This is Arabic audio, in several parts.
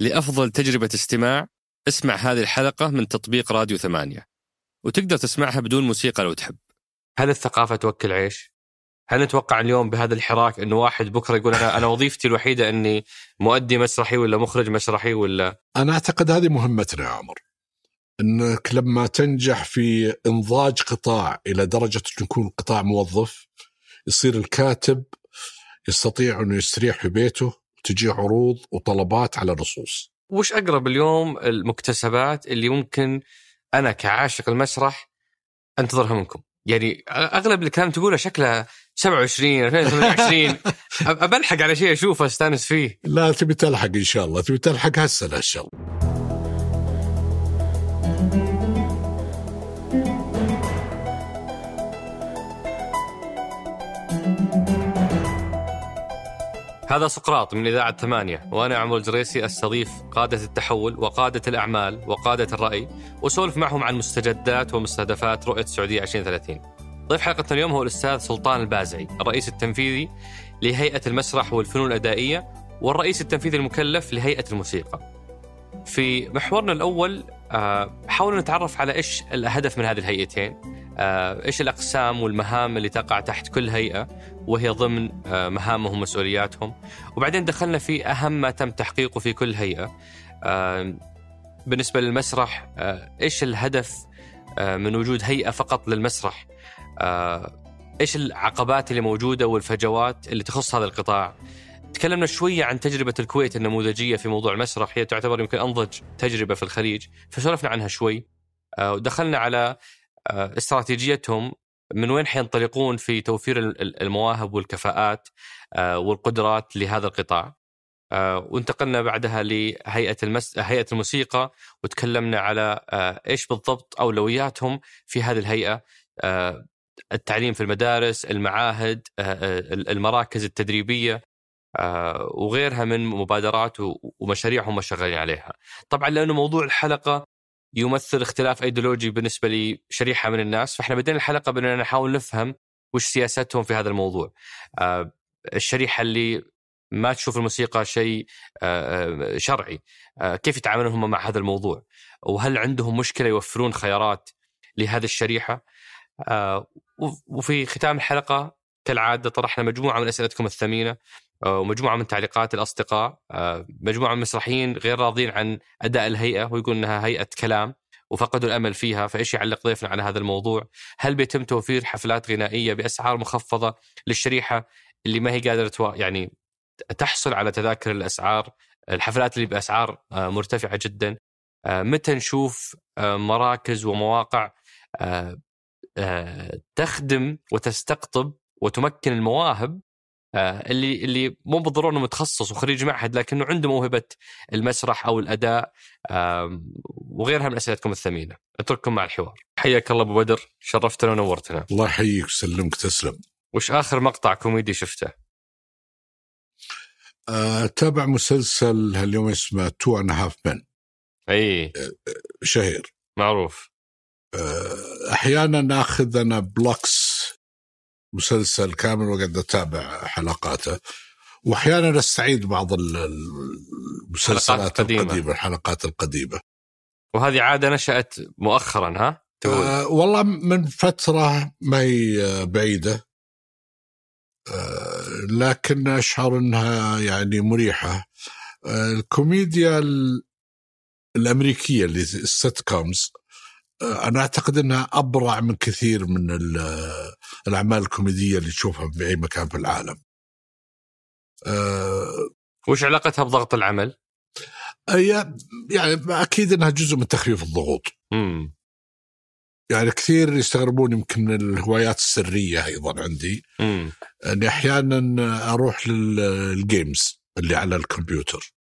لأفضل تجربة استماع اسمع هذه الحلقة من تطبيق راديو 8، وتقدر تسمعها بدون موسيقى لو تحب. هل الثقافة توكل عيش؟ هل نتوقع اليوم بهذا الحراك أنه واحد بكرة يقول أنا وظيفتي الوحيدة أني مؤدي مسرحي ولا مخرج مسرحي ولا؟ أنا أعتقد هذه مهمتنا يا عمر، أنك لما تنجح في إنضاج قطاع إلى درجة أن يكون قطاع موظف، يصير الكاتب يستطيع أنه يستريح في بيته وتجي عروض وطلبات على نصوص. وش أقرب اليوم المكتسبات اللي ممكن أنا كعاشق المسرح أنتظرها منكم؟ يعني أغلب الكلام تقوله شكله 27 2028 أبلحق على شيء أشوفه أستانس فيه. لا تبي تلحق إن شاء الله، تبي تلحق هالسنة إن شاء الله. هذا سقراط من إذاعة 8، وأنا عمر الجريسي أستضيف قادة التحول وقادة الأعمال وقادة الرأي، وسولف معهم عن مستجدات ومستهدفات رؤية السعودية 2030. ضيف حلقتنا اليوم هو الأستاذ سلطان البازعي، الرئيس التنفيذي لهيئة المسرح والفنون الأدائية والرئيس التنفيذي المكلف لهيئة الموسيقى. في محورنا الأول حاولنا نتعرف على إيش الهدف من هذه الهيئتين، إيش الأقسام والمهام اللي تقع تحت كل هيئة وهي ضمن مهامهم ومسؤولياتهم، وبعدين دخلنا في أهم ما تم تحقيقه في كل هيئة. بالنسبة للمسرح إيش الهدف من وجود هيئة فقط للمسرح، إيش العقبات اللي موجودة والفجوات اللي تخص هذا القطاع. تكلمنا شوية عن تجربة الكويت النموذجية في موضوع المسرح، هي تعتبر يمكن أنضج تجربة في الخليج، فسولفنا عنها شوي. ودخلنا على استراتيجيتهم من وين حينطلقون في توفير المواهب والكفاءات والقدرات لهذا القطاع. وانتقلنا بعدها لهيئة الموسيقى، وتكلمنا على إيش بالضبط أولوياتهم في هذه الهيئة، التعليم في المدارس، المعاهد، المراكز التدريبية وغيرها من مبادرات ومشاريع هم شغالين عليها. طبعا لأنه موضوع الحلقة يمثل اختلاف أيديولوجي بالنسبة لشريحة من الناس، فإحنا بدينا الحلقة بأننا نحاول نفهم وش سياستهم في هذا الموضوع. الشريحة اللي ما تشوف الموسيقى شيء شرعي، كيف يتعاملون هم مع هذا الموضوع، وهل عندهم مشكلة يوفرون خيارات لهذه الشريحة. وفي ختام الحلقة كالعادة طرحنا مجموعة من أسئلتكم الثمينة ومجموعة من تعليقات الأصدقاء، مجموعة من المسرحيين غير راضين عن أداء الهيئة ويقول أنها هيئة كلام وفقدوا الأمل فيها، فإيش يعلق ضيفنا على هذا الموضوع؟ هل بيتم توفير حفلات غنائية بأسعار مخفضة للشريحة اللي ما هي قادرة يعني تحصل على تذاكر الأسعار، الحفلات اللي بأسعار مرتفعة جدا؟ متى نشوف مراكز ومواقع تخدم وتستقطب وتمكن المواهب اللي مو بالضرورة انه متخصص وخريج معهد لكنه عنده موهبة المسرح او الاداء وغيرها من اسئلتكم الثمينة؟ اترككم مع الحوار. حياك الله ابو بدر، شرفتنا ونورتنا. الله يحييك وسلمك، تسلم. وش اخر مقطع كوميدي شفته؟ تابع مسلسل اليوم اسمه 2.5 Men. اي شهير معروف. احيانا ناخذ انا بلوكس مسلسل كامل وقد أتابع حلقاته، وأحيانا أستعيد بعض المسلسلات القديمة، الحلقات القديمة. وهذه عادة نشأت مؤخرا ها؟ والله من فترة ما هي بعيدة، لكن أشعر أنها يعني مريحة. الكوميديا الأمريكية اللي السيت كومز أنا أعتقد أنها أبرع من كثير من الأعمال الكوميدية اللي تشوفها في أي مكان في العالم. وش علاقتها بضغط العمل؟ يعني أكيد أنها جزء من تخفيف الضغوط. يعني كثير يستغربون يمكن من الهوايات السرية أيضا عندي، أني أحيانا أروح للجيمز اللي على الكمبيوتر.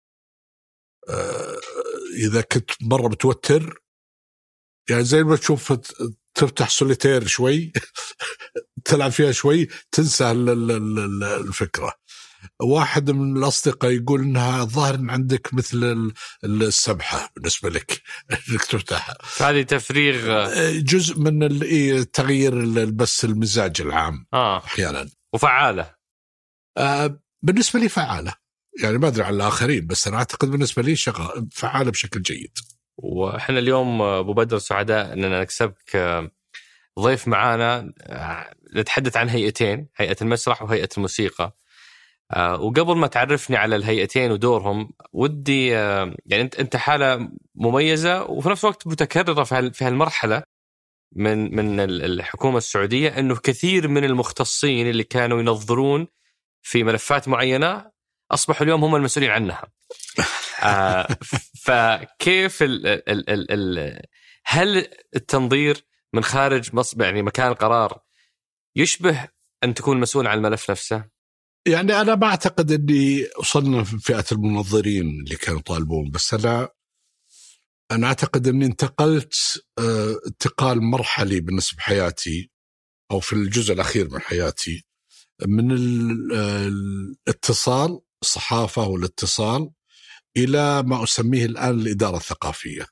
إذا كنت مرة متوتر، يعني زي ما تشوف تفتح سوليتير شوي تلعب فيها شوي تنسى الفكرة. واحد من الأصدقاء يقول إنها ظاهر إن عندك مثل السبحة بالنسبة لك إنك تفتحها. هذه تفريغ جزء من تغيير بس المزاج العام أحيانا. وفعالة. بالنسبة لي فعالة، يعني ما أدري عن الآخرين، بس أنا أعتقد بالنسبة لي شغال فعالة بشكل جيد. وإحنا اليوم أبو بدر سعداء أننا نكسبك ضيف معانا نتحدث عن هيئتين، هيئة المسرح وهيئة الموسيقى. وقبل ما تعرفني على الهيئتين ودورهم، ودي يعني أنت حالة مميزة وفي نفس الوقت متكررة في هالمرحلة من الحكومة السعودية، أنه كثير من المختصين اللي كانوا ينظرون في ملفات معينة أصبحوا اليوم هم المسؤولين عنها. فكيف هل التنظير من خارج يعني مكان القرار يشبه أن تكون مسؤول عن الملف نفسه؟ يعني أنا ما أعتقد أني وصلنا في فئة المنظرين اللي كانوا يطالبون، بس أنا أعتقد أني انتقلت انتقال مرحلي بالنسبة لحياتي، أو في الجزء الأخير من حياتي، من الاتصال، الصحافة والاتصال، إلى ما أسميه الآن الإدارة الثقافية.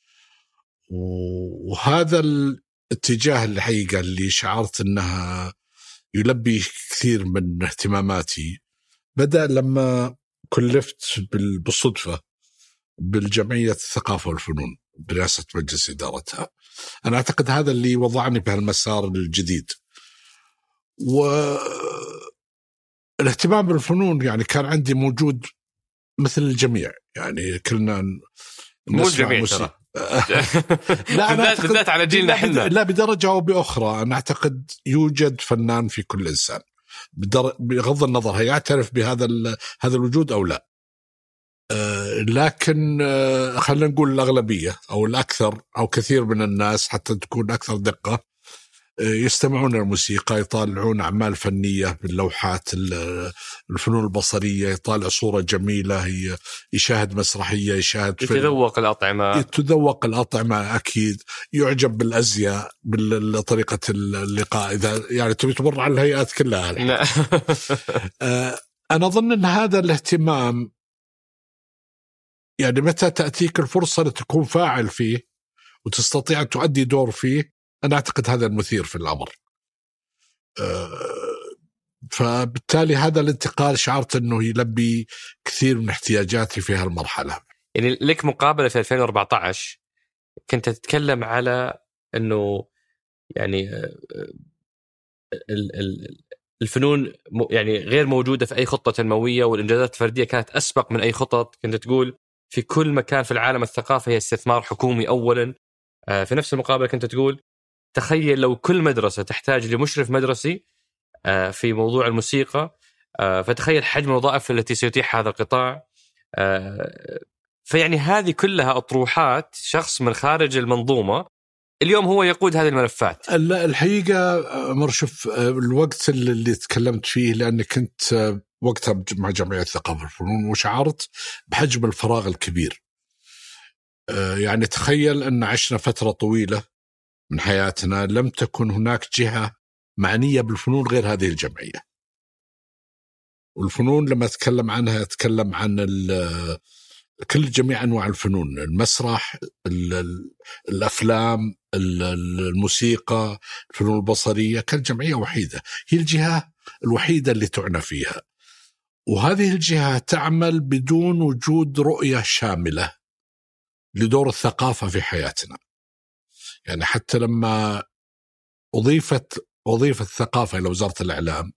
وهذا الاتجاه اللي حقيقة اللي شعرت أنها يلبي كثير من اهتماماتي بدأ لما كلفت بالصدفة بالجمعية الثقافة والفنون برئاسة مجلس إدارتها. أنا أعتقد هذا اللي وضعني بهالمسار الجديد. والاهتمام بالفنون يعني كان عندي موجود مثل الجميع، يعني كلنا مو الجميع ترى. لا بالذات على جيلنا احنا، لا بدرجة أو بأخرى. أنا أعتقد يوجد فنان في كل إنسان بغض النظر هي يعترف بهذا الوجود أو لا. لكن خلينا نقول الأغلبية أو الأكثر أو كثير من الناس حتى تكون أكثر دقة يستمعون للموسيقى، يطالعون أعمال فنية باللوحات الفنون البصرية، يطالع صورة جميلة، يشاهد مسرحية، يشاهد يتذوق الأطعمة أكيد، يعجب بالأزياء، بطريقة اللقاء، إذا يعني تبي تمر على الهيئات كلها. أنا أظن أن هذا الاهتمام يعني متى تأتيك الفرصة لتكون فاعل فيه وتستطيع أن تؤدي دور فيه، أنا أعتقد هذا المثير في الأمر. فبالتالي هذا الانتقال شعرت أنه يلبي كثير من احتياجاتي في هالمرحلة. يعني لك مقابلة في 2014 كنت تتكلم على أنه يعني الفنون يعني غير موجودة في أي خطة تنموية، والإنجازات الفردية كانت أسبق من أي خطط. كنت تقول في كل مكان في العالم الثقافة هي استثمار حكومي أولا. في نفس المقابلة كنت تقول تخيل لو كل مدرسة تحتاج لمشرف مدرسي في موضوع الموسيقى، فتخيل حجم الوظائف التي سيتيح هذا القطاع. فيعني هذه كلها أطروحات شخص من خارج المنظومة اليوم هو يقود هذه الملفات. لا الحقيقة مرشف الوقت اللي تكلمت فيه لأني كنت وقتها مع جمعية الثقافة والفنون وشعرت بحجم الفراغ الكبير. يعني تخيل أن عشنا فترة طويلة من حياتنا لم تكن هناك جهة معنية بالفنون غير هذه الجمعية. والفنون لما أتكلم عنها أتكلم عن كل جميع أنواع الفنون، المسرح، الأفلام، الموسيقى، الفنون البصرية، كانت جمعية وحيدة، هي الجهة الوحيدة اللي تعنى فيها. وهذه الجهة تعمل بدون وجود رؤية شاملة لدور الثقافة في حياتنا. يعني حتى لما أضيفت وظيفة الثقافة إلى وزارة الإعلام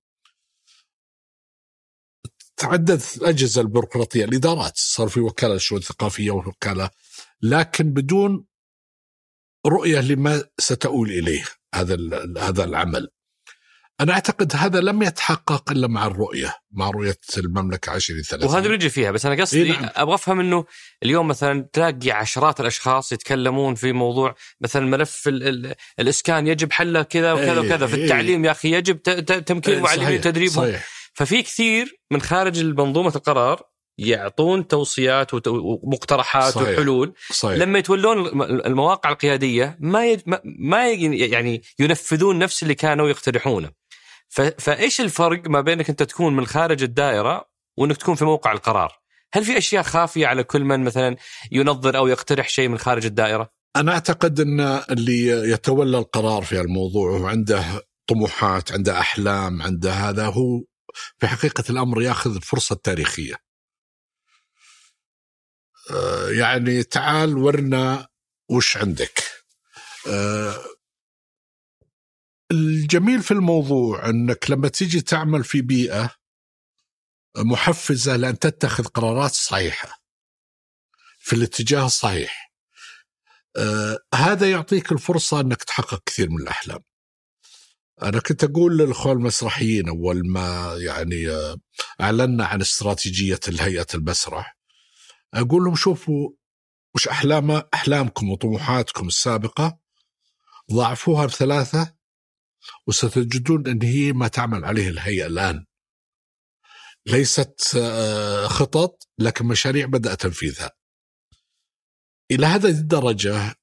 تعددت الأجهزة البيروقراطية، الإدارات، صار في وكالة للشؤون الثقافية ووكالة، لكن بدون رؤية لما ستؤول إليه هذا العمل. أنا أعتقد هذا لم يتحقق إلا مع رؤية المملكة 2030. وهذا اللي يجي فيها. بس أنا قصدي نعم. أبغى أفهم إنه اليوم مثلا تلاقي عشرات الأشخاص يتكلمون في موضوع مثلا ملف الإسكان يجب حله كذا وكذا وكذا، في التعليم يا أخي يجب تمكين المعلمين وتدريبهم. ففي كثير من خارج منظومة القرار يعطون توصيات ومقترحات صحيح. وحلول. صحيح. لما يتولون المواقع القيادية ما يعني ينفذون نفس اللي كانوا يقترحونه. فإيش الفرق ما بينك أنت تكون من خارج الدائرة وأنك تكون في موقع القرار؟ هل في أشياء خافية على كل من مثلا ينظر أو يقترح شيء من خارج الدائرة؟ أنا أعتقد أن اللي يتولى القرار في الموضوع وعنده طموحات، عنده أحلام، عنده هذا، هو في حقيقة الأمر يأخذ فرصة تاريخية يعني تعال ورنا وش عندك. الجميل في الموضوع أنك لما تيجي تعمل في بيئة محفزة لأن تتخذ قرارات صحيحة في الاتجاه الصحيح، هذا يعطيك الفرصة أنك تحقق كثير من الأحلام. أنا كنت أقول للأخوة المسرحيين أول ما يعني أعلنا عن استراتيجية الهيئة المسرح، أقول لهم شوفوا وش أحلامكم وطموحاتكم السابقة، ضاعفوها ب3 وستجدون أن هي ما تعمل عليه الهيئة الآن. ليست خطط لكن مشاريع بدأ تنفيذها. إلى هذه الدرجة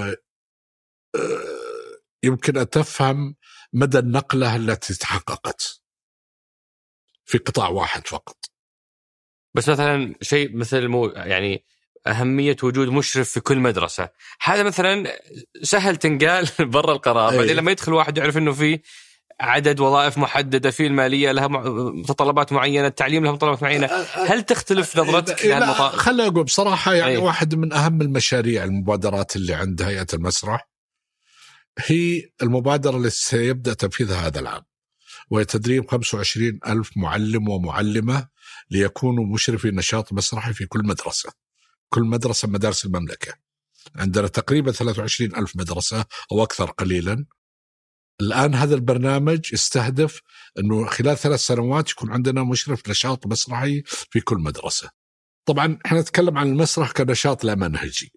يمكن أن تفهم مدى النقلة التي تحققت في قطاع واحد فقط. بس مثلا شيء مثل يعني أهمية وجود مشرف في كل مدرسة، هذا مثلا سهل تنقال برا القرار. بعدين لما يدخل واحد يعرف إنه في عدد وظائف محددة، في المالية لها متطلبات معينة، التعليم لها متطلبات معينة، هل تختلف نظرتك لهالمطالب؟ خليني أقول بصراحة يعني واحد من أهم المشاريع المبادرات اللي عند هيئة المسرح هي المبادرة اللي سيبدأ تنفيذها هذا العام، وهي تدريب 25,000 معلم ومعلمة ليكونوا مشرفي نشاط مسرحي في كل مدرسة مدارس المملكة. عندنا تقريبا 23,000 مدرسة أو أكثر قليلا. الآن هذا البرنامج يستهدف أنه خلال 3 سنوات يكون عندنا مشرف نشاط مسرحي في كل مدرسة. طبعا احنا نتكلم عن المسرح كنشاط لا منهجي.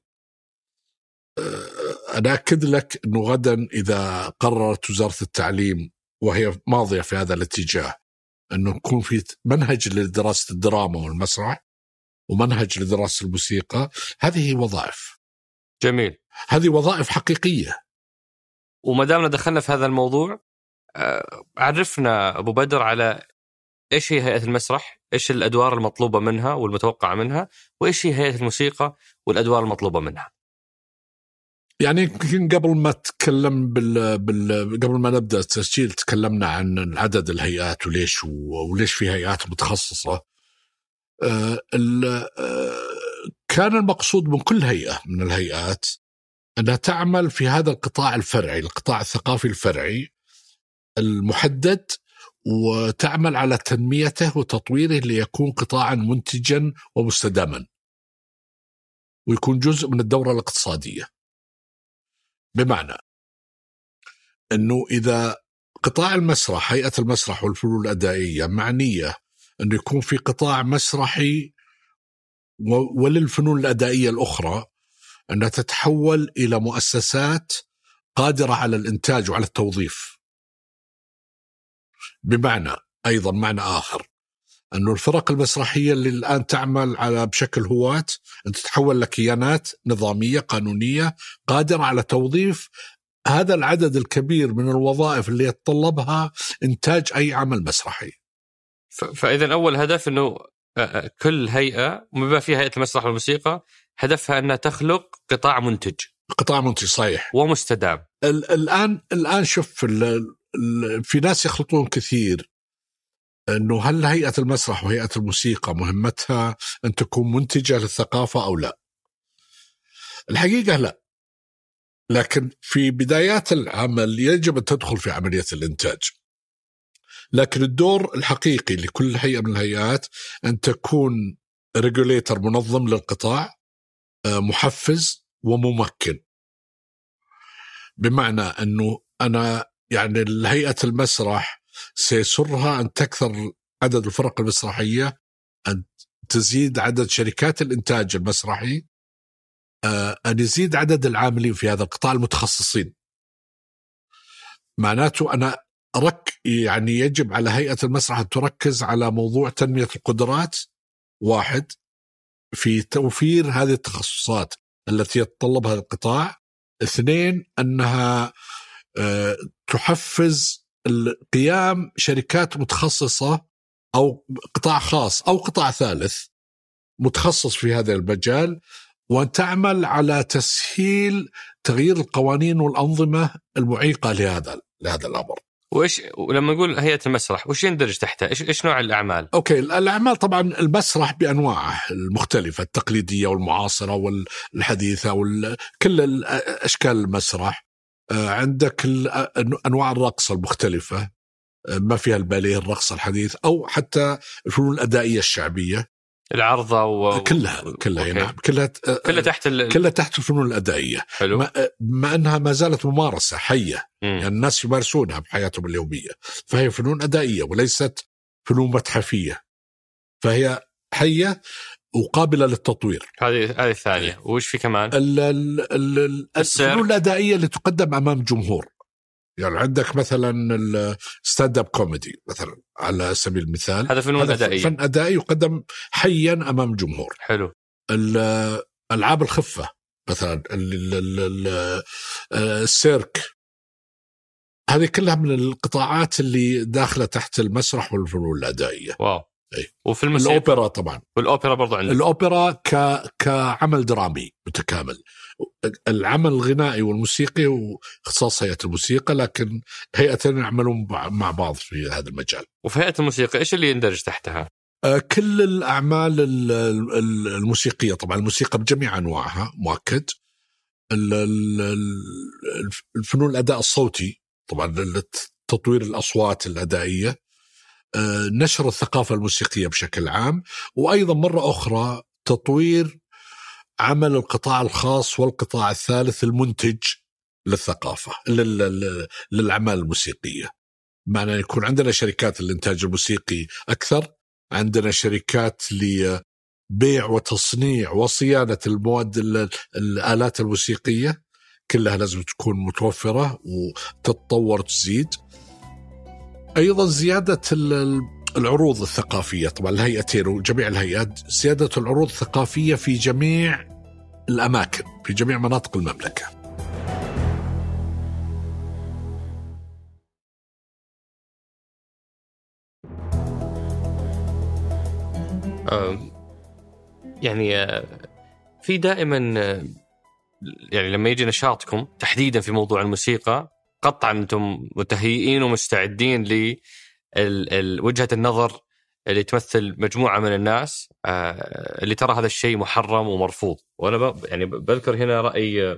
أنا أكد لك أنه غدا إذا قررت وزارة التعليم وهي ماضية في هذا الاتجاه أنه يكون في منهج لدراسة الدراما والمسرح ومنهج لدراسة الموسيقى، هذه وظائف. جميل، هذه وظائف حقيقية. وما دامنا دخلنا في هذا الموضوع، عرفنا أبو بدر على إيش هي هيئة المسرح، إيش الأدوار المطلوبة منها والمتوقعة منها، وإيش هي هيئة الموسيقى والأدوار المطلوبة منها. يعني يمكن قبل ما تكلم قبل ما نبدأ التسجيل تكلمنا عن عدد الهيئات وليش في هيئات متخصصة. كان المقصود من كل هيئة من الهيئات أنها تعمل في هذا القطاع الفرعي، القطاع الثقافي الفرعي المحدد، وتعمل على تنميته وتطويره ليكون قطاعا منتجا ومستداما ويكون جزء من الدورة الاقتصادية. بمعنى أنه إذا قطاع المسرح، هيئة المسرح والفنون الأدائية معنية أنه يكون في قطاع مسرحي وللفنون الأدائية الأخرى، أنها تتحول إلى مؤسسات قادرة على الإنتاج وعلى التوظيف. بمعنى أيضا معنى آخر أنه الفرق المسرحية اللي الآن تعمل على بشكل هواة أن تتحول لكيانات نظامية قانونية قادرة على توظيف هذا العدد الكبير من الوظائف اللي يتطلبها إنتاج أي عمل مسرحي. فإذا أول هدف أنه كل هيئة وما فيها هيئة المسرح والموسيقى هدفها أنها تخلق قطاع منتج صحيح ومستدام. الآن شوف في ناس يخلطون كثير أنه هل هيئة المسرح وهيئة الموسيقى مهمتها أن تكون منتجة للثقافة أو لا؟ الحقيقة لا، لكن في بدايات العمل يجب أن تدخل في عملية الإنتاج. لكن الدور الحقيقي لكل هيئة من الهيئات أن تكون ريجوليتر منظم للقطاع، محفز وممكن. بمعنى أنه أنا يعني الهيئة المسرح سيسرها أن تكثر عدد الفرق المسرحية، أن تزيد عدد شركات الإنتاج المسرحي، أن يزيد عدد العاملين في هذا القطاع المتخصصين. معناته أنا يعني يجب على هيئة المسرح أن تركز على موضوع تنمية القدرات، 1 في توفير هذه التخصصات التي يتطلبها القطاع، 2 أنها تحفز القيام شركات متخصصة أو قطاع خاص أو قطاع ثالث متخصص في هذا المجال، وأن تعمل على تسهيل تغيير القوانين والأنظمة المعيقة لهذا الأمر. ولما نقول هيئة المسرح وش يندرج تحتها؟ إيش نوع الأعمال؟ أوكي، الأعمال طبعا المسرح بأنواعه المختلفة، التقليدية والمعاصرة والحديثة كل أشكال المسرح. عندك أنواع الرقص المختلفة، ما فيها الباليه، الرقص الحديث، أو حتى الفنون الأدائية الشعبية، العرضة كلها نعم، كلها تحت الفنون الأدائية. ما أنها ما زالت ممارسة حية، يعني الناس يمارسونها بحياتهم اليومية، فهي فنون أدائية وليست فنون متحفية، فهي حية وقابلة للتطوير. هذه الثانية. وش في كمان؟ الفنون الأدائية اللي تقدم أمام جمهور، يعني عندك مثلا الستاند اب كوميدي مثلا على سبيل المثال، هذا فنون أدائية، فن أدائي يقدم حيا أمام جمهور. حلو. ألعاب الخفة مثلا، السيرك، هذه كلها من القطاعات اللي داخلة تحت المسرح والفنون الأدائية. واو. أي. وفي الموسيقى الأوبرا طبعا، والأوبرا برضو عندك. الأوبرا كعمل درامي متكامل. العمل الغنائي والموسيقي واختصاص هيئة الموسيقى، لكن هيئتين يعملون مع بعض في هذا المجال. وفي هيئة الموسيقى إيش اللي يندرج تحتها؟ كل الأعمال الموسيقية طبعا، الموسيقى بجميع أنواعها مؤكد، الفنون الأداء الصوتي طبعا، تطوير الأصوات الأدائية، نشر الثقافة الموسيقية بشكل عام، وأيضا مرة أخرى تطوير عمل القطاع الخاص والقطاع الثالث المنتج للثقافة للأعمال الموسيقية. معنى يكون عندنا شركات الإنتاج الموسيقي أكثر، عندنا شركات لبيع وتصنيع وصيانة المواد الآلات الموسيقية، كلها لازم تكون متوفرة وتتطور وتزيد. أيضا زيادة العروض الثقافية، طبعا الهيئتين وجميع الهيئات، زيادة العروض الثقافية في جميع الأماكن في جميع مناطق المملكة. يعني في دائما يعني لما يجي نشاطكم تحديدا في موضوع الموسيقى، قطعا أنتم متهيئين ومستعدين لوجهة النظر اللي تمثل مجموعة من الناس اللي ترى هذا الشيء محرم ومرفوض. وأنا يعني بذكر هنا رأي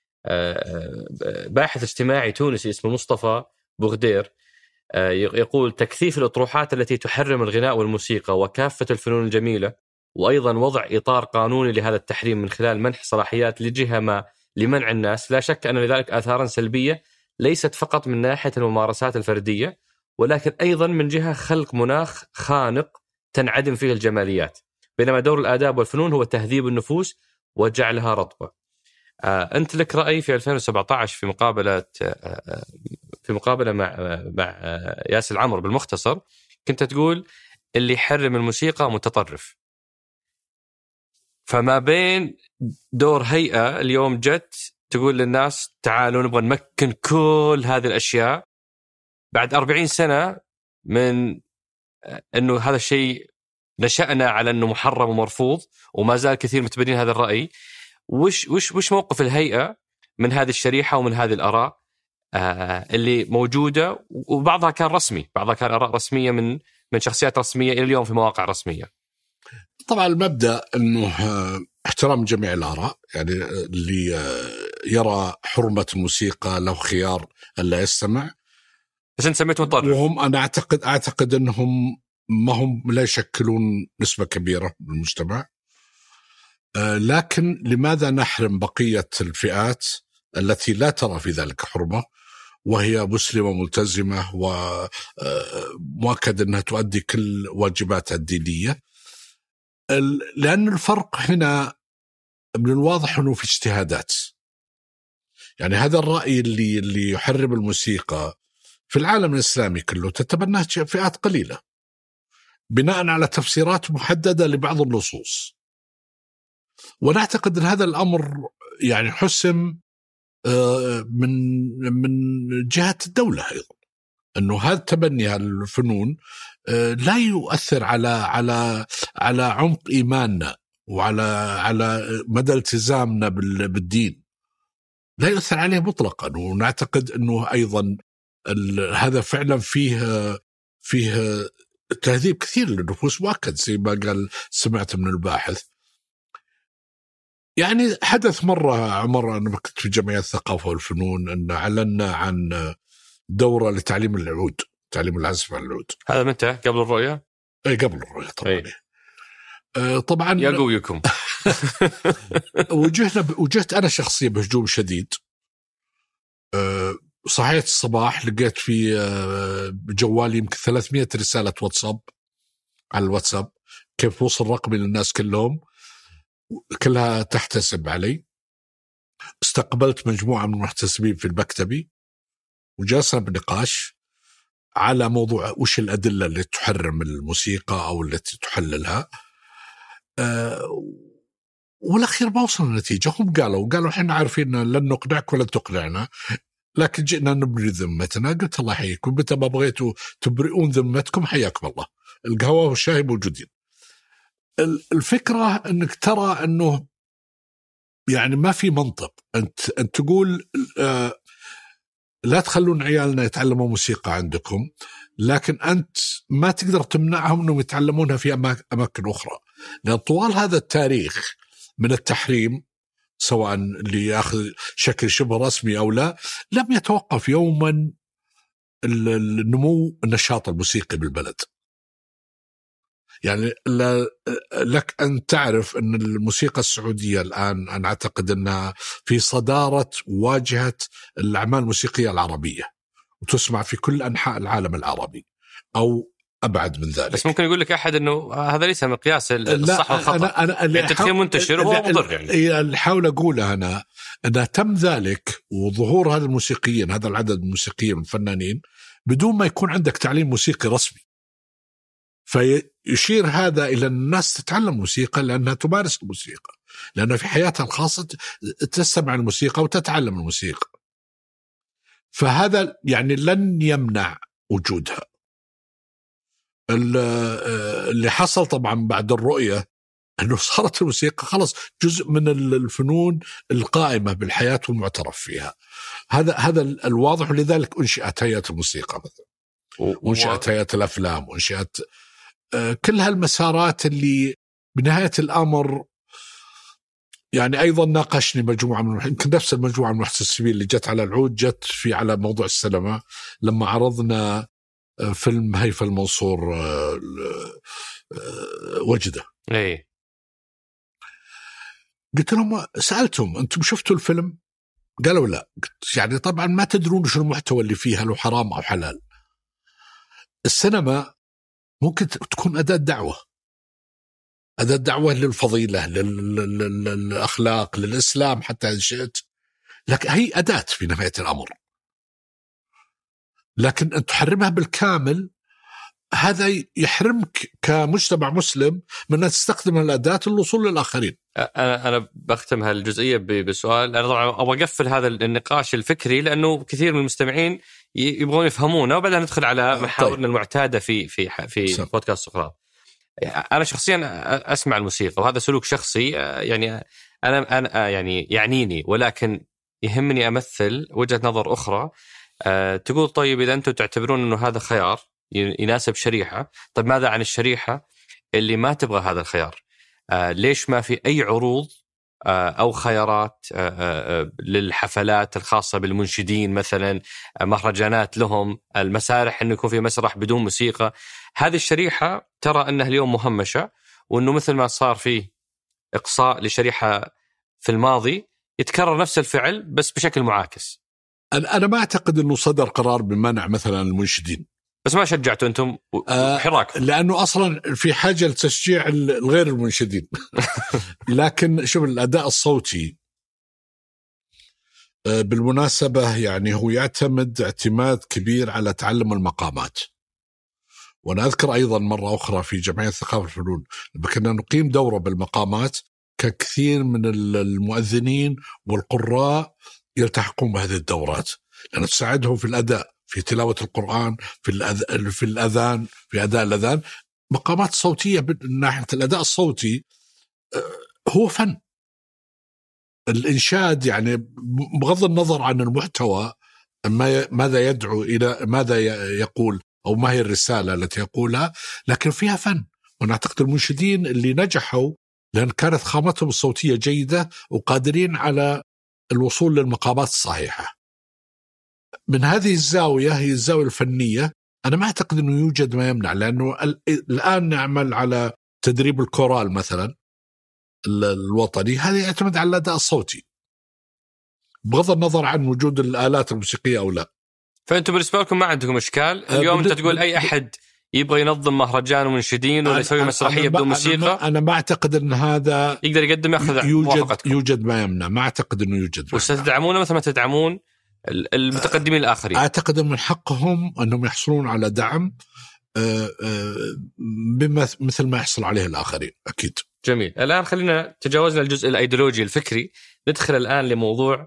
باحث اجتماعي تونسي اسمه مصطفى بوغدير، يقول: تكثيف الأطروحات التي تحرم الغناء والموسيقى وكافة الفنون الجميلة، وأيضا وضع إطار قانوني لهذا التحريم من خلال منح صلاحيات لجهة ما لمنع الناس، لا شك أن لذلك آثارا سلبية ليست فقط من ناحية الممارسات الفردية، ولكن أيضا من جهة خلق مناخ خانق تنعدم فيه الجماليات، بينما دور الآداب والفنون هو تهذيب النفوس وجعلها رطبة. أنت لك رأي في 2017 في مقابلة مع ياسر العمر بالمختصر، كنت تقول اللي يحرم الموسيقى متطرف. فما بين دور هيئة اليوم جت تقول للناس تعالوا نبغى نمكن كل هذه الأشياء بعد 40 سنة من أنه هذا الشيء نشأنا على أنه محرم ومرفوض، وما زال كثير متبنين هذا الرأي. وش موقف الهيئة من هذه الشريحة ومن هذه الآراء اللي موجودة، وبعضها كان رسمي، بعضها كان آراء رسمية من شخصيات رسمية إلى اليوم في مواقع رسمية؟ طبعا المبدأ أنه احترام جميع الآراء، يعني اللي يرى حرمة الموسيقى له خيار ألا يستمع. بس أنت سميت مطرف، وهم أنا أعتقد أنهم ما هم لا يشكلون نسبة كبيرة من المجتمع، لكن لماذا نحرم بقية الفئات التي لا ترى في ذلك حرمة، وهي مسلمة ملتزمة ومؤكد أنها تؤدي كل واجباتها الدينية؟ لأن الفرق هنا من الواضح أنه في اجتهادات. يعني هذا الرأي اللي يحرم الموسيقى في العالم الإسلامي كله تتبناه فئات قليلة بناء على تفسيرات محددة لبعض النصوص، ونعتقد أن هذا الأمر يعني حسم من جهة الدولة أيضا، أنه هذا تبني الفنون لا يؤثر على عمق إيماننا وعلى مدى التزامنا بالدين، لا يؤثر عليه مطلقا. ونعتقد أنه أيضا هذا فعلا فيه تهذيب كثير للنفوس مؤكد زي ما قال سمعت من الباحث. يعني حدث مرة عمر أنا كنت في جمعية الثقافة والفنون أن أعلنا عن دورة لتعليم العود، تعليم العزف على العود. هذا متى؟ قبل الرؤية؟ أي قبل الرؤية طبعا. أي. طبعا يا قويكم. وجهت أنا شخصيا بهجوم شديد. صحيت الصباح لقيت في جوالي يمكن 300 رسالة واتساب على الواتساب كيف وصل رقمي للناس كلهم، كلها تحتسب علي. استقبلت مجموعة من المحتسبين في المكتبي وجلسنا بالنقاش على موضوع وش الأدلة اللي تحرم الموسيقى أو التي تحللها. والأخير ما وصلنا نتيجة. هم قالوا إحنا عارفين لن نقنعك ولن تقنعنا، لكن جئنا نبرئ ذمتنا. قلت الله يحييكم، متى ما بغيتوا تبرئون ذمتكم حياكم الله، القهوة والشاي موجودين. الفكرة أنك ترى أنه يعني ما في منطق أنت تقول لا تخلون عيالنا يتعلموا موسيقى عندكم، لكن أنت ما تقدر تمنعهم أنهم يتعلمونها في أماكن أخرى. لأن طوال هذا التاريخ من التحريم سواء اللي يأخذ شكل شبه رسمي أو لا، لم يتوقف يوما النمو النشاط الموسيقي بالبلد. يعني لك أن تعرف أن الموسيقى السعودية الآن أنا أعتقد أنها في صدارة واجهة الأعمال الموسيقية العربية، وتسمع في كل أنحاء العالم العربي أو أبعد من ذلك. بس ممكن يقول لك أحد أنه هذا ليس مقياس الصح والخطأ. التدخين منتشر وهو مضر. يعني اللي حاول أقوله أنا أنه تم ذلك وظهور هذا الموسيقيين، هذا العدد من الموسيقيين والفنانين بدون ما يكون عندك تعليم موسيقي رسمي. فيشير هذا إلى الناس تتعلم موسيقى لأنها تمارس الموسيقى، لأنها في حياتها الخاصة تستمع الموسيقى وتتعلم الموسيقى. فهذا يعني لن يمنع وجودها. اللي حصل طبعا بعد الرؤية أنه صارت الموسيقى خلص جزء من الفنون القائمة بالحياة والمعترف فيها. هذا الواضح، ولذلك أنشئت هيئة الموسيقى مثلا، وأنشئت هيئة الأفلام، وأنشئت كل هالمسارات اللي بنهاية الأمر. يعني أيضا ناقشني مجموعة من يمكن نفس المجموعة من المحتسبين اللي جت على العود جت على موضوع السينما لما عرضنا فيلم هيفا المنصور وجده. أي. قلت لهم سألتهم أنتم شفتوا الفيلم؟ قالوا لا. يعني طبعا ما تدرون شو المحتوى اللي فيها، لو حرام أو حلال. السينما ممكن تكون أداة دعوة للفضيلة، للأخلاق، للإسلام حتى إن شئت، لكن هي أداة في نهاية الأمر. لكن أن تحرمها بالكامل هذا يحرمك كمجتمع مسلم من أن تستخدم الأداة للوصول للآخرين. أنا بختم هالجزئية بسؤال. أنا طبعا أبغى أقفل هذا النقاش الفكري لأنه كثير من المستمعين يبغون يفهمونه، وبعدها ندخل على محاورنا المعتادة في بودكاست سقراط. أنا شخصيا أسمع الموسيقى وهذا سلوك شخصي، يعني أنا يعني يعنيني، ولكن يهمني أمثل وجهة نظر أخرى. تقول طيب إذا أنتم تعتبرون أنه هذا خيار يناسب شريحة، طيب ماذا عن الشريحة اللي ما تبغى هذا الخيار؟ ليش ما في أي عروض أو خيارات للحفلات الخاصة بالمنشدين مثلا، مهرجانات لهم، المسارح أنه يكون في مسرح بدون موسيقى؟ هذه الشريحة ترى أنها اليوم مهمشة، وأنه مثل ما صار فيه إقصاء لشريحة في الماضي يتكرر نفس الفعل بس بشكل معاكس. أنا ما أعتقد أنه صدر قرار بمنع مثلا المنشدين، بس ما شجعتوا أنتم حراك، لأنه أصلا في حاجة لتشجيع الغير المنشدين. لكن شوف الأداء الصوتي بالمناسبة يعني هو يعتمد اعتماد كبير على تعلم المقامات. وأنا أذكر أيضا مرة أخرى في جمعية الثقافة والفنون لما كنا نقيم دورة بالمقامات كان كثير من المؤذنين والقراء يلتحقون بهذه الدورات لأنها تساعدهم في الأداء، في تلاوة القرآن، في الأذان، في أداء الأذان. مقامات صوتية من ناحية الأداء الصوتي هو فن. الإنشاد يعني بغض النظر عن المحتوى ماذا يدعو إلى ماذا يقول أو ما هي الرسالة التي يقولها، لكن فيها فن. وأنا أعتقد المنشدين اللي نجحوا لأن كانت خامتهم الصوتية جيدة وقادرين على الوصول للمقامات الصحيحة. من هذه الزاوية، هي الزاوية الفنية، أنا ما أعتقد أنه يوجد ما يمنع، لأنه الآن نعمل على تدريب الكورال مثلا الوطني، هذا يعتمد على الأداء الصوتي بغض النظر عن وجود الآلات الموسيقية أو لا. فأنتم بالنسبة لكم ما عندكم إشكال اليوم؟ أنت تقول أي أحد يبغى ينظم مهرجان ومنشدين ولا يسوي مسرحية بدون موسيقى، أنا ما أعتقد أن هذا يقدر يقدم يأخذ موافقتكم. يوجد ما يمنع، ما أعتقد أنه يوجد. وستدعمونه مثل ما تدعمون المتقدمين الآخرين؟ أعتقد من حقهم أنهم يحصلون على دعم مثل ما يحصل عليه الآخرين. أكيد. جميل. الآن خلينا تجاوزنا الجزء الأيديولوجي الفكري، ندخل الآن لموضوع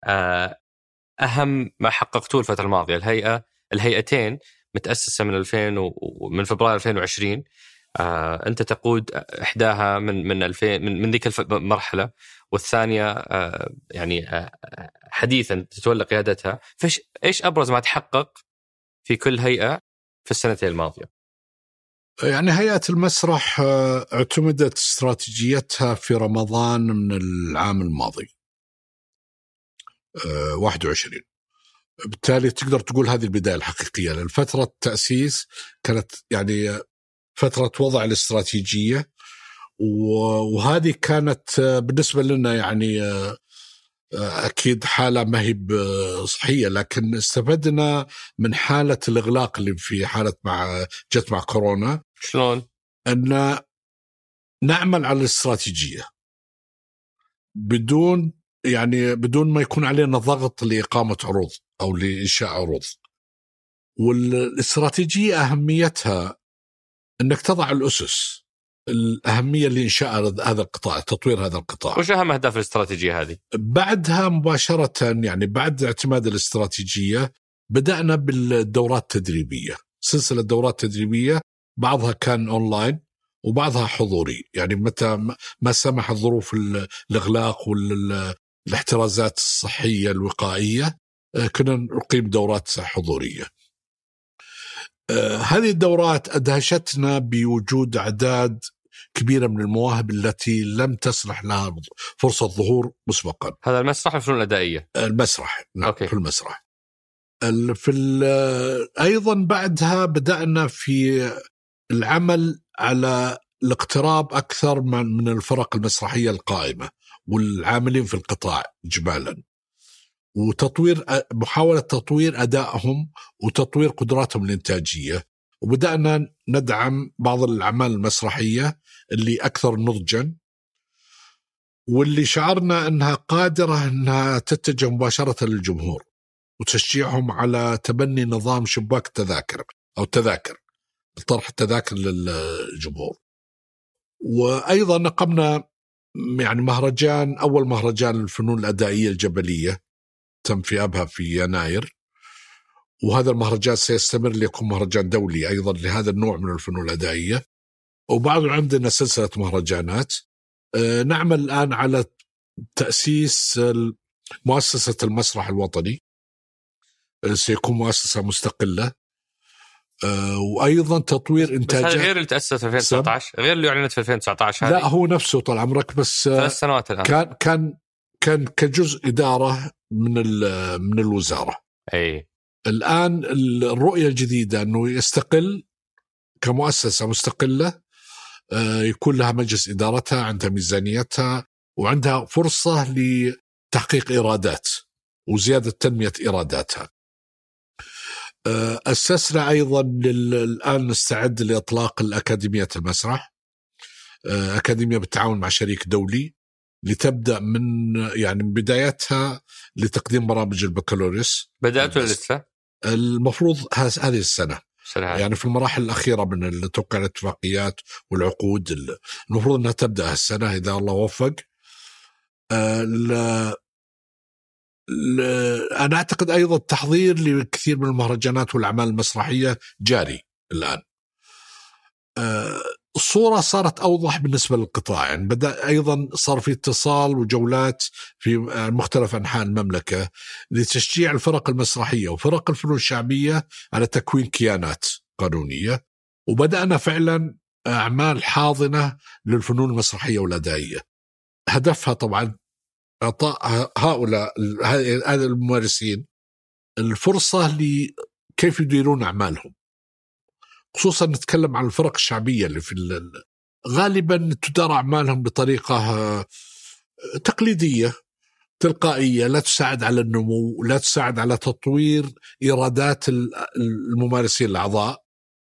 أهم ما حققتوه الفترة الماضية. الهيئتين متأسسة من 2000 ومن فبراير 2020. أنت تقود إحداها من 2000 من ذيك المرحلة، والثانية يعني حديثا تتولى قيادتها. إيش أبرز ما تحقق في كل هيئة في السنتين الماضية؟ يعني هيئة المسرح اعتمدت استراتيجيتها في رمضان من العام الماضي 21. بالتالي تقدر تقول هذه البداية الحقيقية. للفترة التأسيس كانت يعني فترة وضع الاستراتيجية، وهذه كانت بالنسبة لنا يعني أكيد حالة ما هي صحية، لكن استفدنا من حالة الإغلاق اللي في حالة جت مع كورونا. شلون؟ أن نعمل على الاستراتيجية بدون ما يكون علينا ضغط لإقامة عروض أو لإنشاء عروض. والاستراتيجية أهميتها أنك تضع الأسس، الأهمية لإنشاء هذا القطاع، تطوير هذا القطاع. وش أهم أهداف الاستراتيجية هذه؟ بعدها مباشرة يعني بعد اعتماد الاستراتيجية بدأنا بالدورات التدريبية، سلسلة دورات تدريبية، بعضها كان أونلاين وبعضها حضوري. يعني متى ما سمح ظروف الإغلاق والاحترازات الصحية الوقائية كنا نقيم دورات حضورية. هذه الدورات أدهشتنا بوجود أعداد كبيرة من المواهب التي لم تسمح لها فرصة ظهور مسبقا. هذا المسرح الفنون الأدائية؟ المسرح، نعم. في المسرح. أيضا بعدها بدأنا في العمل على الاقتراب أكثر من الفرق المسرحية القائمة والعاملين في القطاع إجمالا، محاولة تطوير أدائهم وتطوير قدراتهم الإنتاجية. وبدأنا ندعم بعض الأعمال المسرحية اللي أكثر نضجا واللي شعرنا أنها قادرة أنها تتجه مباشرة للجمهور، وتشجيعهم على تبني نظام شباك التذاكر أو التذاكر، طرح التذاكر للجمهور. وأيضا نقمنا يعني أول مهرجان الفنون الأدائية الجبلية تم في أبها في يناير، وهذا المهرجان سيستمر ليكون مهرجان دولي أيضا لهذا النوع من الفنون الأدائية. وبعد عندنا سلسلة مهرجانات. نعمل الآن على تأسيس مؤسسة المسرح الوطني، سيكون مؤسسة مستقلة، وأيضا تطوير إنتاج. بس غير اللي تأسست في 2019، غير اللي أعلنت في 2019 هذه؟ لا، هو نفسه طال عمرك، بس 3 سنوات الآن. كان كجزء إدارة من الوزارة. أي الآن الرؤية الجديدة أنه يستقل كمؤسسة مستقلة، يكون لها مجلس إدارتها، عندها ميزانيتها، وعندها فرصة لتحقيق إيرادات وزيادة تنمية إيراداتها. أسسنا أيضا الآن نستعد لإطلاق الأكاديمية المسرح، أكاديمية بالتعاون مع شريك دولي، لتبدأ من بدايتها لتقديم برامج البكالوريوس. بدأت ولا لسه؟ المفروض هذه السنة، يعني في المراحل الأخيرة من توقيع الاتفاقيات والعقود، المفروض أنها تبدأ هالسنة إذا الله وفق. أنا أعتقد أيضا التحضير لكثير من المهرجانات والأعمال المسرحية جاري الآن. الصورة صارت أوضح بالنسبة للقطاع، يعني بدأ أيضا صار في اتصال وجولات في مختلف أنحاء المملكة لتشجيع الفرق المسرحية وفرق الفنون الشعبية على تكوين كيانات قانونية، وبدأنا فعلا أعمال حاضنة للفنون المسرحية والأدائية. هدفها طبعا إعطاء هؤلاء الممارسين الفرصة لكيف يديرون أعمالهم، خصوصا نتكلم عن الفرق الشعبية اللي في غالبا تدار أعمالهم بطريقة تقليدية تلقائية، لا تساعد على النمو، لا تساعد على تطوير إيرادات الممارسين الأعضاء،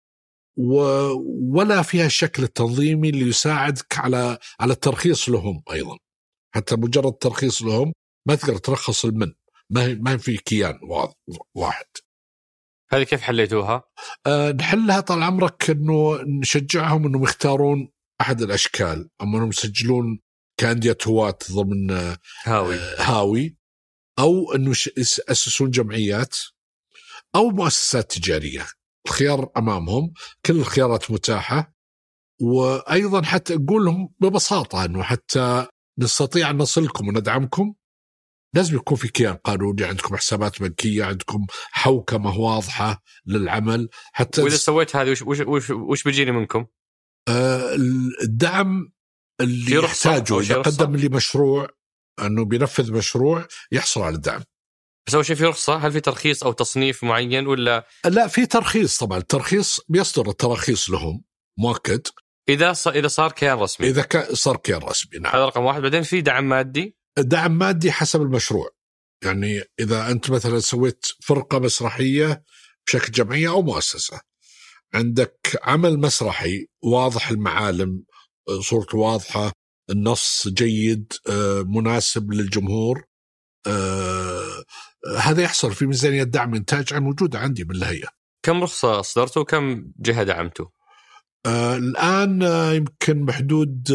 ولا فيها الشكل التنظيمي اللي يساعدك على الترخيص لهم. أيضا حتى مجرد ترخيص لهم ما تقدر ترخص المن، ما في كيان واحد. هذه كيف حليتوها؟ نحلها طال عمرك أنه نشجعهم أنهم يختارون أحد الأشكال، أما أنهم يسجلون كأندية هواة ضمن هاوي، أو أنه يأسسون جمعيات أو مؤسسات تجارية. الخيار أمامهم، كل الخيارات متاحة. وأيضا حتى أقول لهم ببساطة أنه حتى نستطيع أن نصلكم وندعمكم لازم يكون في كيان قانوني، عندكم حسابات بنكية، عندكم حوكمة واضحة للعمل. حتى وإذا سويت هذه وش بيجيني منكم؟ الدعم اللي يحتاجه إذا قدم لي مشروع أنه بينفذ مشروع يحصل على الدعم. بس أول شيء في رخصة، هل في ترخيص أو تصنيف معين ولا؟ لا، في ترخيص طبعا، الترخيص بيصدر التراخيص لهم مؤكد إذا صار كيان رسمي. إذا صار كيان رسمي، نعم. هذا رقم واحد. بعدين في دعم مادي. الدعم مادي حسب المشروع، يعني إذا أنت مثلا سويت فرقة مسرحية بشكل جمعية أو مؤسسة، عندك عمل مسرحي واضح المعالم، صورته واضحة، النص جيد، مناسب للجمهور، هذا يحصل في ميزانية دعم إنتاج موجودة عندي من الهيئة. كم رخصة أصدرتوا وكم جهة دعمتوا؟ الآن يمكن بحدود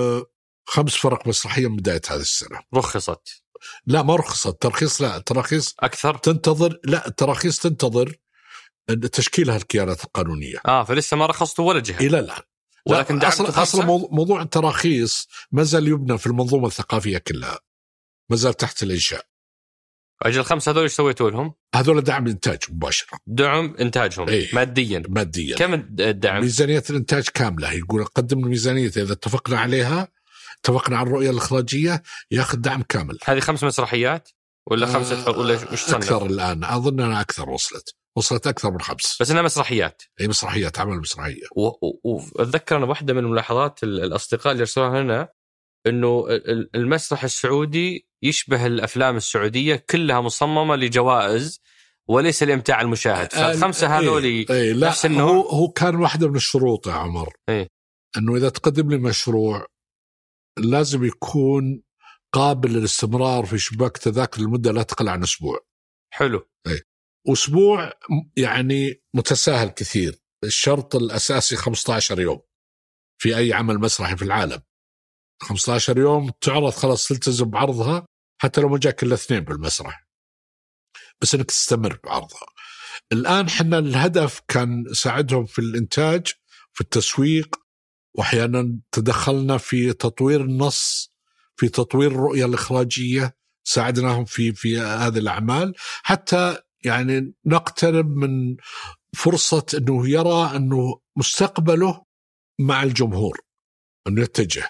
5 فرق مسرحية من بداية هذه السنة رخصت. لا، ما رخصت، ترخيص لا، التراخيص أكثر تنتظر. لا، التراخيص تنتظر تشكيلها الكيانات القانونية. فلسه ما رخصتوا ولا جهة. لا. ولكن أصلا موضوع التراخيص ما زال يبنى في المنظومة الثقافية كلها، ما زال تحت الإنشاء. أجل 5 هذول إيش سويتوا لهم؟ هذول دعم إنتاج مباشرة، دعم إنتاجهم. إيه؟ ماديا. كم الدعم؟ ميزانية الإنتاج كاملة، يقول قدم الميزانية إذا اتفقنا عليها، اتفقنا على الرؤية الإخراجية، يأخذ دعم كامل. هذه 5 مسرحيات ولا 5 ولا وش صنف؟ أكثر الآن، أظن أنا أكثر، وصلت أكثر من 5. بس إنها مسرحيات. أي مسرحيات، عمل مسرحية. وأتذكر أنا واحدة من الملاحظات الأصدقاء اللي يرسلوها لنا إنه المسرح السعودي يشبه الأفلام السعودية، كلها مصممة لجوائز وليس لإمتاع المشاهد. ف5 هذول نفس النوع. هو كان واحدة من الشروط يا عمر، إنه إذا تقدم لي مشروع لازم يكون قابل للاستمرار في شباك تذاكر لمدة لا تقل عن أسبوع. حلو. أسبوع يعني متساهل كثير. الشرط الأساسي 15 يوم في أي عمل مسرحي في العالم. 15 يوم تعرض، خلاص تلتزم بعرضها، حتى لو ما جاك إلا 2 بالمسرح، بس إنك تستمر بعرضها. الآن حنا الهدف كان ساعدهم في الإنتاج، في التسويق، وأحيانا تدخلنا في تطوير النص، في تطوير الرؤية الإخراجية، ساعدناهم في هذه الأعمال، حتى يعني نقترب من فرصة أنه يرى أنه مستقبله مع الجمهور، أنه يتجه.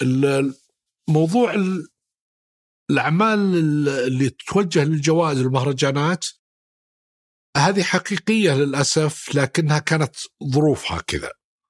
الموضوع الأعمال اللي تتوجه للجوائز والمهرجانات هذه حقيقية للأسف، لكنها كانت ظروفها كذا،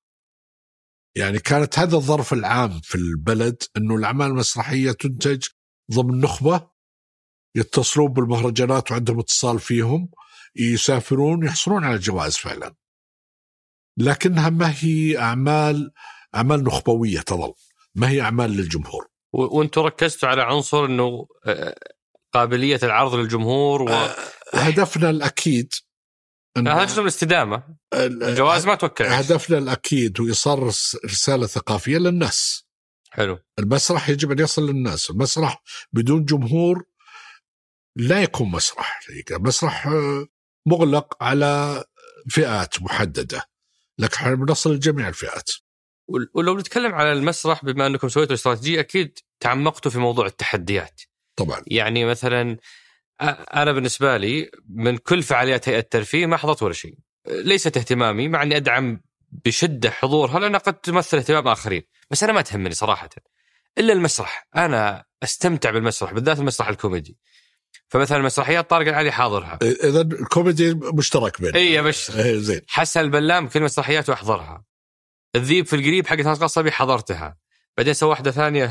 يعني كانت هذا الظرف العام في البلد، أنه الأعمال المسرحية تنتج ضمن نخبة يتصلون بالمهرجانات وعندهم اتصال فيهم، يسافرون يحصلون على الجوائز فعلا، لكنها ما هي أعمال نخبوية تظل، ما هي أعمال للجمهور. وانتم ركزتوا على عنصر أنه قابلية العرض للجمهور هدفنا الأكيد هذا جزء من الاستدامة. الجوائز ما توكل. هدفنا الأكيد هو إيصال رسالة ثقافية للناس. حلو. المسرح يجب أن يصل للناس. المسرح بدون جمهور لا يكون مسرح مغلق على فئات محددة، لكن احنا بنصل لجميع الفئات. ولو نتكلم على المسرح، بما أنكم سويتوا استراتيجية أكيد تعمقتوا في موضوع التحديات. طبعا. يعني مثلا أنا بالنسبة لي من كل فعاليات هيئة الترفيه ما حضرت ولا شيء، ليست اهتمامي، مع أني أدعم بشدة حضورها لأنها قد تمثل اهتمام آخرين، بس أنا ما تهمني صراحة إلا المسرح. أنا أستمتع بالمسرح، بالذات المسرح الكوميدي. فمثلا مسرحيات طارق العلي حاضرها، إذا الكوميدي مشترك بين يا بشر زين. حسن البلام كل مسرحياته أحضرها. الذيب في القريب حق ناس قصبي حضرتها. بعدين سوى واحدة ثانية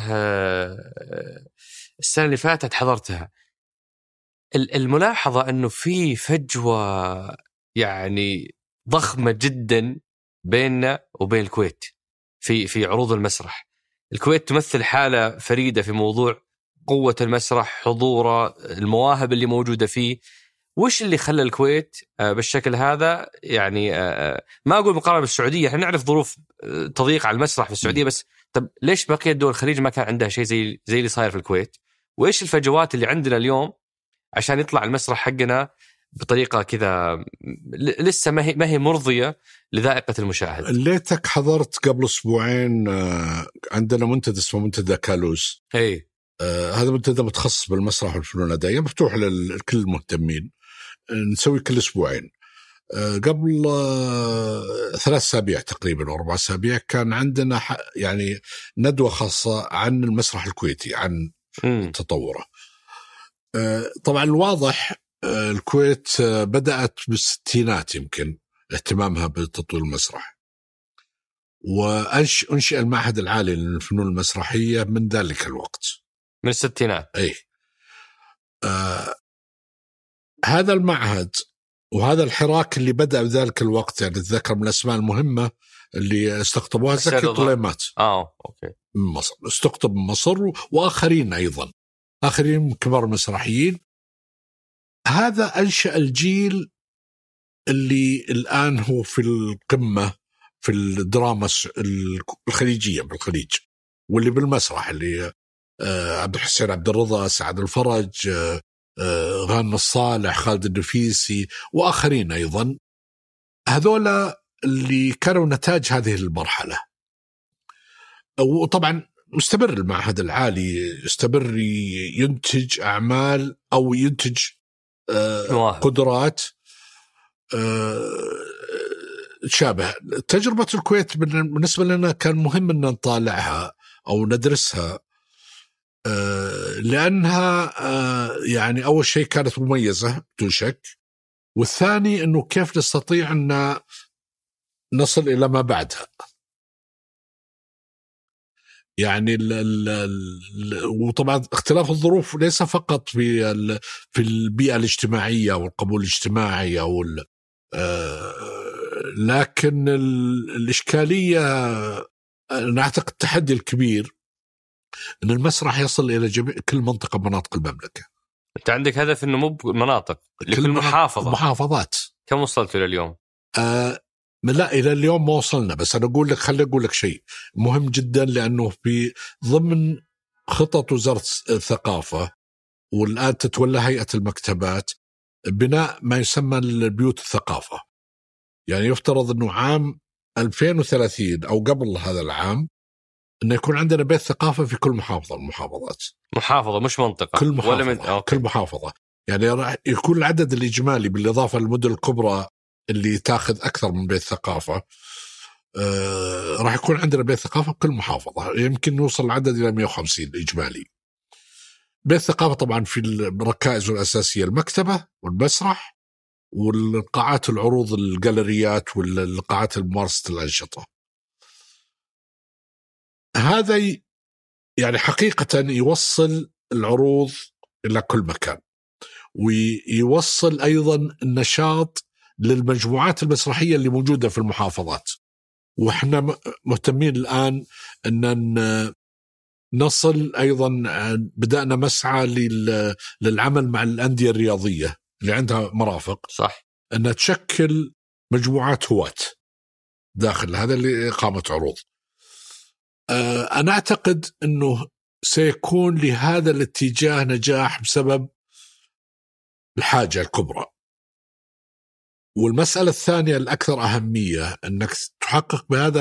السنة اللي فاتت حضرتها. الملاحظة أنه في فجوة يعني ضخمة جدا بيننا وبين الكويت في عروض المسرح. الكويت تمثل حالة فريدة في موضوع قوة المسرح، حضوره، المواهب اللي موجودة فيه. وش اللي خلى الكويت بالشكل هذا؟ يعني ما أقول مقارنة بالسعودية، احنا نعرف ظروف تضييق على المسرح في السعودية، بس طب ليش بقية دول الخليج ما كان عندها شيء زي اللي صاير في الكويت؟ وإيش الفجوات اللي عندنا اليوم عشان يطلع المسرح حقنا بطريقة كذا لسه ما هي مرضية لذائقة المشاهد؟ ليتك حضرت قبل أسبوعين عندنا منتدى اسمه منتدى كالوس. هذا منتدى متخصص بالمسرح والفنون الأدائية، مفتوح لكل المهتمين، نسوي كل أسبوعين. قبل 3 أسابيع تقريبا أو 4 أسابيع كان عندنا يعني ندوة خاصة عن المسرح الكويتي، عن تطوره. طبعا الواضح الكويت بدأت بالستينات يمكن اهتمامها بتطوير المسرح، وأنشئ المعهد العالي للفنون المسرحية من ذلك الوقت، من الستينات. أي هذا المعهد وهذا الحراك اللي بدأ بذلك الوقت، يعني تذكر من الأسماء المهمة اللي استقطبوها زكي طليمات أوكي. من مصر، استقطب من مصر وآخرين أيضا، آخرين كبار مسرحيين. هذا أنشأ الجيل اللي الآن هو في القمة في الدراما الخليجية بالخليج، واللي بالمسرح اللي عبد الحسين عبد الرضا، سعد الفرج، غانم الصالح، خالد النفيسي وآخرين أيضا. هذولا اللي كانوا نتاج هذه المرحلة. وطبعا مستمر المعهد العالي، يستمر ينتج أعمال أو ينتج قدرات شابه. تجربة الكويت بالنسبة لنا كان مهم أن نطالعها أو ندرسها، لأنها يعني أول شيء كانت مميزة بدون شك، والثاني أنه كيف نستطيع أن نصل إلى ما بعدها. يعني وطبعا اختلاف الظروف ليس فقط في البيئة الاجتماعية والقبول الاجتماعي أو لكن الإشكالية أنا أعتقد التحدي الكبير أن المسرح يصل إلى كل منطقة من مناطق المملكة. أنت عندك هدف أنه مو مناطق، لكل محافظة، محافظات. كم وصلت إلى اليوم؟ لا إلى اليوم ما وصلنا، بس أنا أقول لك، خلي أقول لك شيء مهم جدا، لأنه في ضمن خطط وزارة الثقافة والآن تتولى هيئة المكتبات بناء ما يسمى البيوت الثقافة. يعني يفترض أنه عام 2030 أو قبل هذا العام أنه يكون عندنا بيت ثقافة في كل محافظة من المحافظات. محافظة مش منطقة، كل محافظة. كل محافظة. يعني راح يكون العدد الإجمالي بالإضافة للمدن الكبرى اللي تاخذ أكثر من بيت ثقافة، راح يكون عندنا بيت ثقافة بكل محافظة، يمكن نوصل العدد إلى 150 إجمالي. بيت ثقافة طبعا في الركائز الأساسية المكتبة والمسرح والقاعات العروض، الجاليريات والقاعات الممارسة الأنشطة. هذا يعني حقيقة يوصل العروض إلى كل مكان، ويوصل أيضا النشاط للمجموعات المسرحية اللي موجودة في المحافظات. وإحنا مهتمين الآن أن نصل أيضا، بدأنا مسعى للعمل مع الأندية الرياضية اللي عندها مرافق، صح، أن تشكل مجموعات هواة داخل هذا اللي إقامة عروض. أنا أعتقد أنه سيكون لهذا الاتجاه نجاح بسبب الحاجة الكبرى. والمسألة الثانية الأكثر أهمية أنك تحقق بهذا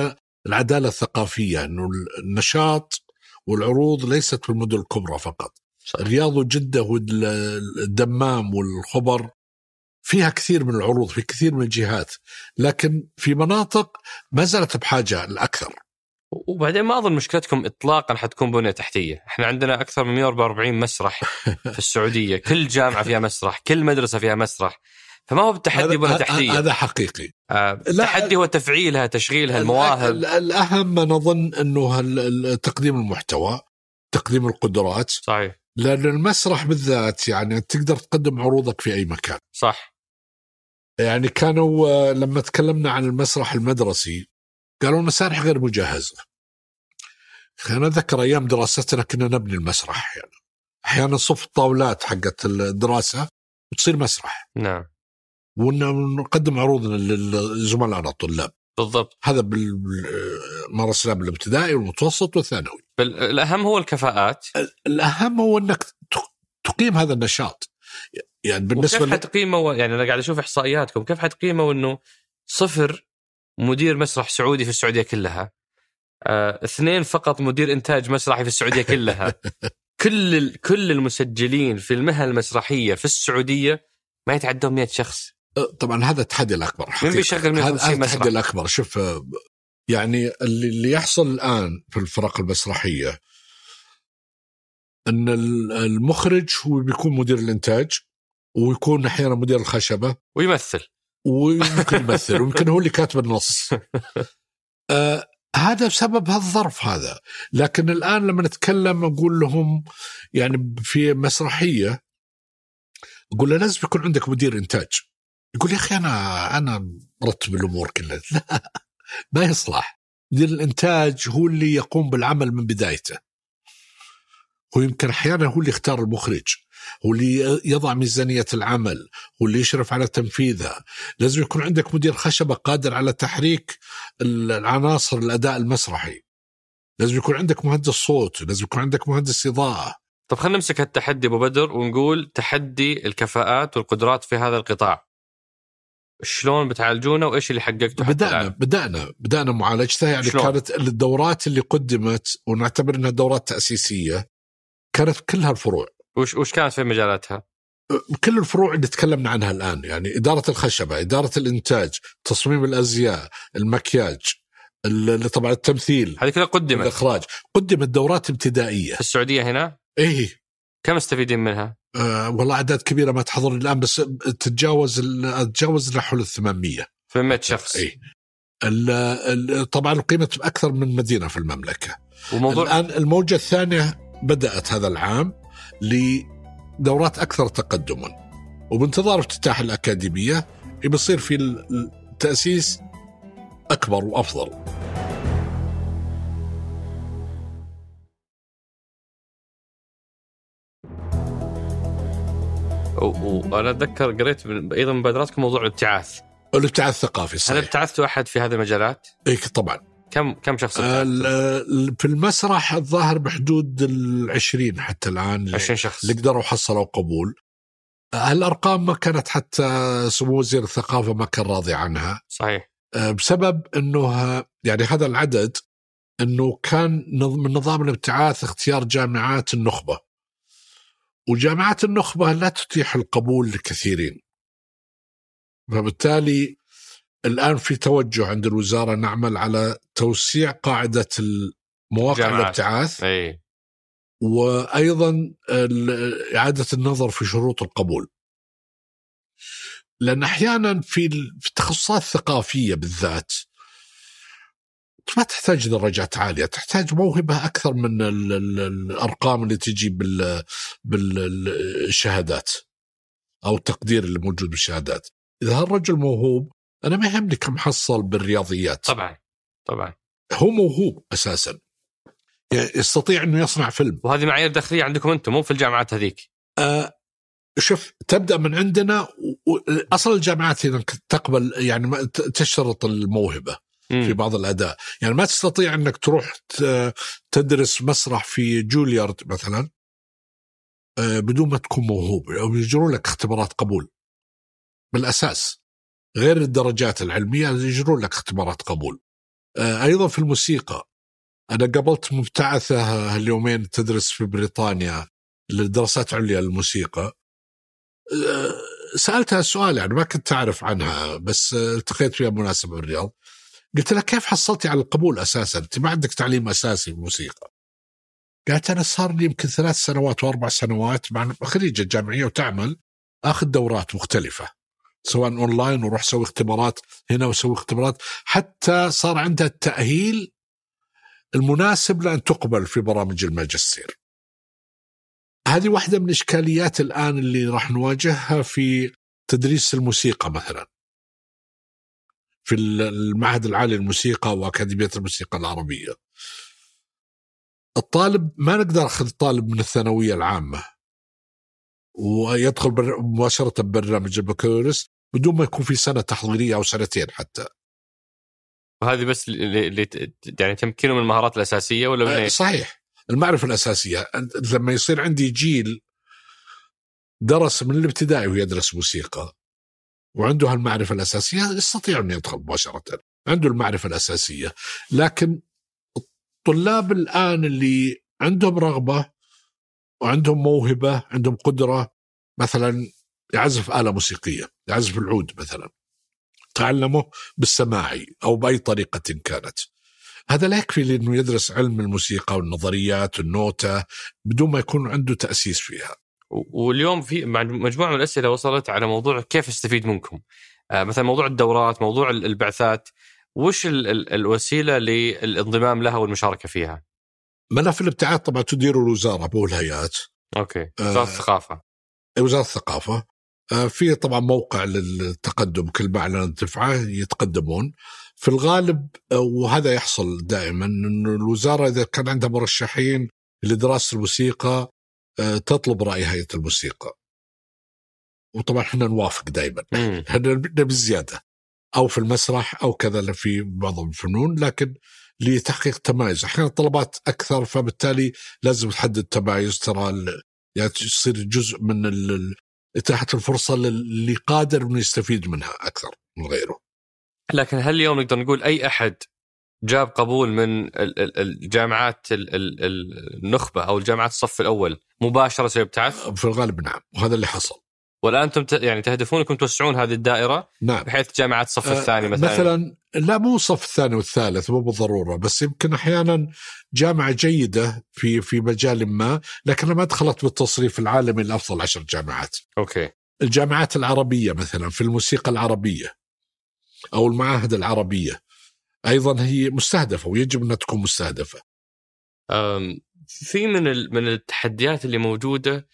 العدالة الثقافية، أنه النشاط والعروض ليست في المدن الكبرى فقط. الرياض وجدة والدمام والخبر فيها كثير من العروض في كثير من الجهات، لكن في مناطق ما زالت بحاجة الأكثر. وبعدين ما أظن مشكلتكم إطلاقا حتكون بنية تحتية. إحنا عندنا أكثر من 144 مسرح في السعودية، كل جامعة فيها مسرح، كل مدرسة فيها مسرح، فما هو بالتحدي بنية تحتية. هذا حقيقي. التحدي هو تفعيلها، تشغيلها، المواهب. الأهم ما نظن أنه تقديم المحتوى، تقديم القدرات. صحيح. لأن المسرح بالذات يعني تقدر تقدم عروضك في أي مكان. صح. يعني كانوا لما تكلمنا عن المسرح المدرسي قالوا المسارح غير مجهزة. أنا أذكر أيام دراستنا كنا نبني المسرح، يعني أحيانا صف الطاولات حقت الدراسة وتصير مسرح. نعم. ونقدم عروضنا للزملائنا الطلاب. بالضبط. هذا مارسنا بالابتدائي والمتوسط والثانوي. الأهم هو الكفاءات. الأهم هو أنك تقيم هذا النشاط. يعني بالنسبة كيف حتقيمه؟ يعني أنا قاعد أشوف إحصائياتكم، كيف حتقيمه إنه 0 مدير مسرح سعودي في السعودية كلها، 2 فقط مدير إنتاج مسرحي في السعودية كلها. كل المسجلين في المهنة المسرحية في السعودية ما يتعدون 100 شخص. طبعا هذا التحدي الأكبر. مين بيشغل 150 مسرح؟ هذا التحدي الأكبر. شوف يعني اللي يحصل الآن في الفرق المسرحية أن المخرج هو بيكون مدير الإنتاج، ويكون أحيانا مدير الخشبة، ويمثل، ويمكن يمثل، ويمكن هو اللي كاتب النص. هذا بسبب هذا الظرف هذا. لكن الآن لما نتكلم أقول لهم يعني في مسرحية، أقول له لازم يكون عندك مدير إنتاج. يقول يا أخي أنا مرتب الأمور كلها. لا، ما يصلح. مدير الإنتاج هو اللي يقوم بالعمل من بدايته، هو يمكن أحيانا هو اللي يختار المخرج، هو اللي يضع ميزانية العمل، هو اللي يشرف على تنفيذها. لازم يكون عندك مدير خشبة قادر على تحريك العناصر الأداء المسرحي. لازم يكون عندك مهندس صوت، لازم يكون عندك مهندس إضاءة. طب خلينا نمسك التحدي أبو بدر ونقول تحدي الكفاءات والقدرات في هذا القطاع. شلون بتعالجونه وإيش اللي حققته؟ بدأنا معالجتها. يعني شلون؟ كانت الدورات اللي قدمت ونعتبر أنها دورات تأسيسية كانت كلها الفروع. وش كانت في مجالاتها؟ كل الفروع اللي تكلمنا عنها الآن، يعني إدارة الخشبة، إدارة الإنتاج، تصميم الأزياء، المكياج، اللي طبعا التمثيل، هذه كلها قدمت. الإخراج قدمت دورات ابتدائية في السعودية هنا. إيه. كم استفيدين منها؟ والله أعداد كبيرة ما تحضر الآن، بس تتجاوز نحو 800 شخص. إيه. طبعا قيمت بأكثر من مدينة في المملكة. وموضوع الآن الموجة الثانية بدأت هذا العام لدورات أكثر تقدما، وبانتظار افتتاح الأكاديمية بيصير في التأسيس أكبر وأفضل. وأنا أتذكر قريت أيضا مبادراتكم موضوع الابتعاث الثقافي. صحيح. هل ابتعثتوا أحد في هذه المجالات؟ إيه طبعا. كم شخص في المسرح الظاهر بحدود 20 حتى الآن. 20 شخص اللي قدروا حصلوا قبول. هالأرقام ما كانت حتى سمو وزير الثقافة ما كان راضي عنها. صحيح. بسبب أنه يعني هذا العدد أنه كان من نظام الابتعاث اختيار جامعات النخبة، وجامعات النخبة لا تتيح القبول لكثيرين. فبالتالي الآن في توجه عند الوزارة نعمل على توسيع قاعدة المواقع الابتعاث. أي. وأيضا إعادة النظر في شروط القبول، لأن أحيانا في التخصصات الثقافية بالذات ما تحتاج درجات عالية، تحتاج موهبة أكثر من الأرقام اللي تجي بالشهادات أو التقدير اللي موجود بالشهادات. إذا هالرجل موهوب أنا ما يهمني كم حصل بالرياضيات. طبعا هو موهوب أساسا، يستطيع أنه يصنع فيلم. وهذه معايير داخلية عندكم أنتم، مو في الجامعات هذيك. شوف، تبدأ من عندنا. أصل الجامعات هنا تقبل يعني تشترط الموهبة في بعض الأداء. يعني ما تستطيع أنك تروح تدرس مسرح في جوليارد مثلا بدون ما تكون موهوب، أو يجرون لك اختبارات قبول بالأساس، غير الدرجات العلمية يجرون لك اختبارات قبول. أيضا في الموسيقى أنا قابلت مبتعثة اليومين تدرس في بريطانيا للدراسات عليا للموسيقى. سألتها السؤال يعني ما كنت أعرف عنها بس التقيت فيها مناسبة بالرياض. قلت لها كيف حصلتي على القبول أساسا؟ أنت ما عندك تعليم أساسي في الموسيقى. قالت أنا صار لي يمكن 3 سنوات و4 سنوات مع خريجة جامعية وتعمل أخذ دورات مختلفة سواء أونلاين وروح سوي اختبارات هنا وسوي اختبارات حتى صار عندها التأهيل المناسب لأن تقبل في برامج الماجستير. هذه واحدة من إشكاليات الآن اللي راح نواجهها في تدريس الموسيقى مثلا في المعهد العالي للموسيقى وأكاديمية الموسيقى العربية. الطالب ما نقدر أخذ طالب من الثانوية العامة ويدخل مباشرة ببرنامج البكالوريوس بدون ما يكون في سنة تحضيرية أو سنتين حتى. وهذه بس يعني تمكينه من المهارات الأساسية ولا صحيح المعرفة الأساسية. لما يصير عندي جيل درس من الابتدائي ويدرس موسيقى وعنده هالمعرفة الأساسية يستطيع أن يدخل مباشرة عنده المعرفة الأساسية. لكن الطلاب الآن اللي عندهم رغبة وعندهم موهبة عندهم قدرة مثلا يعزف آلة موسيقية يعزف العود مثلا تعلمه بالسماعي أو بأي طريقة كانت هذا لا يكفي لأنه يدرس علم الموسيقى والنظريات والنوتة بدون ما يكون عنده تأسيس فيها. واليوم في مجموعة من الأسئلة وصلت على موضوع كيف استفيد منكم مثلا موضوع الدورات موضوع البعثات وش الوسيلة للانضمام لها والمشاركة فيها؟ ملف الابتعاث طبعا تدير الوزارة بو الهيئات. أوكي. وزارة الثقافة. وزارة الثقافة في طبعا موقع للتقدم كل ما أعلن دفعة يتقدمون في الغالب وهذا يحصل دائما إنه الوزارة إذا كان عندها مرشحين لدراسة الموسيقى تطلب رأي هيئة الموسيقى وطبعا احنا نوافق دائما نبي بالزيادة أو في المسرح أو كذا في بعض الفنون لكن لتحقيق تمايز أحيانا طلبات أكثر فبالتالي لازم تحدد تمايز ترى يعني يصير جزء من إتاحة الفرصة اللي قادر إنه يستفيد منها أكثر من غيره. لكن هل اليوم نقدر نقول أي أحد جاب قبول من الجامعات النخبة أو الجامعات الصف الأول مباشرة سيبتعث؟ في الغالب نعم وهذا اللي حصل. والآن أنتم يعني تهدفون أنكم توسعون هذه الدائرة نعم. بحيث جامعات الصف الثاني مثلا لا مو الصف الثاني والثالث مو بالضرورة بس يمكن أحيانا جامعة جيدة في مجال ما لكنها ما دخلت بالتصريف العالمي لأفضل 10 جامعات. أوكي. الجامعات العربية مثلا في الموسيقى العربية أو المعاهد العربية أيضا هي مستهدفة ويجب أن تكون مستهدفة. في من التحديات اللي موجودة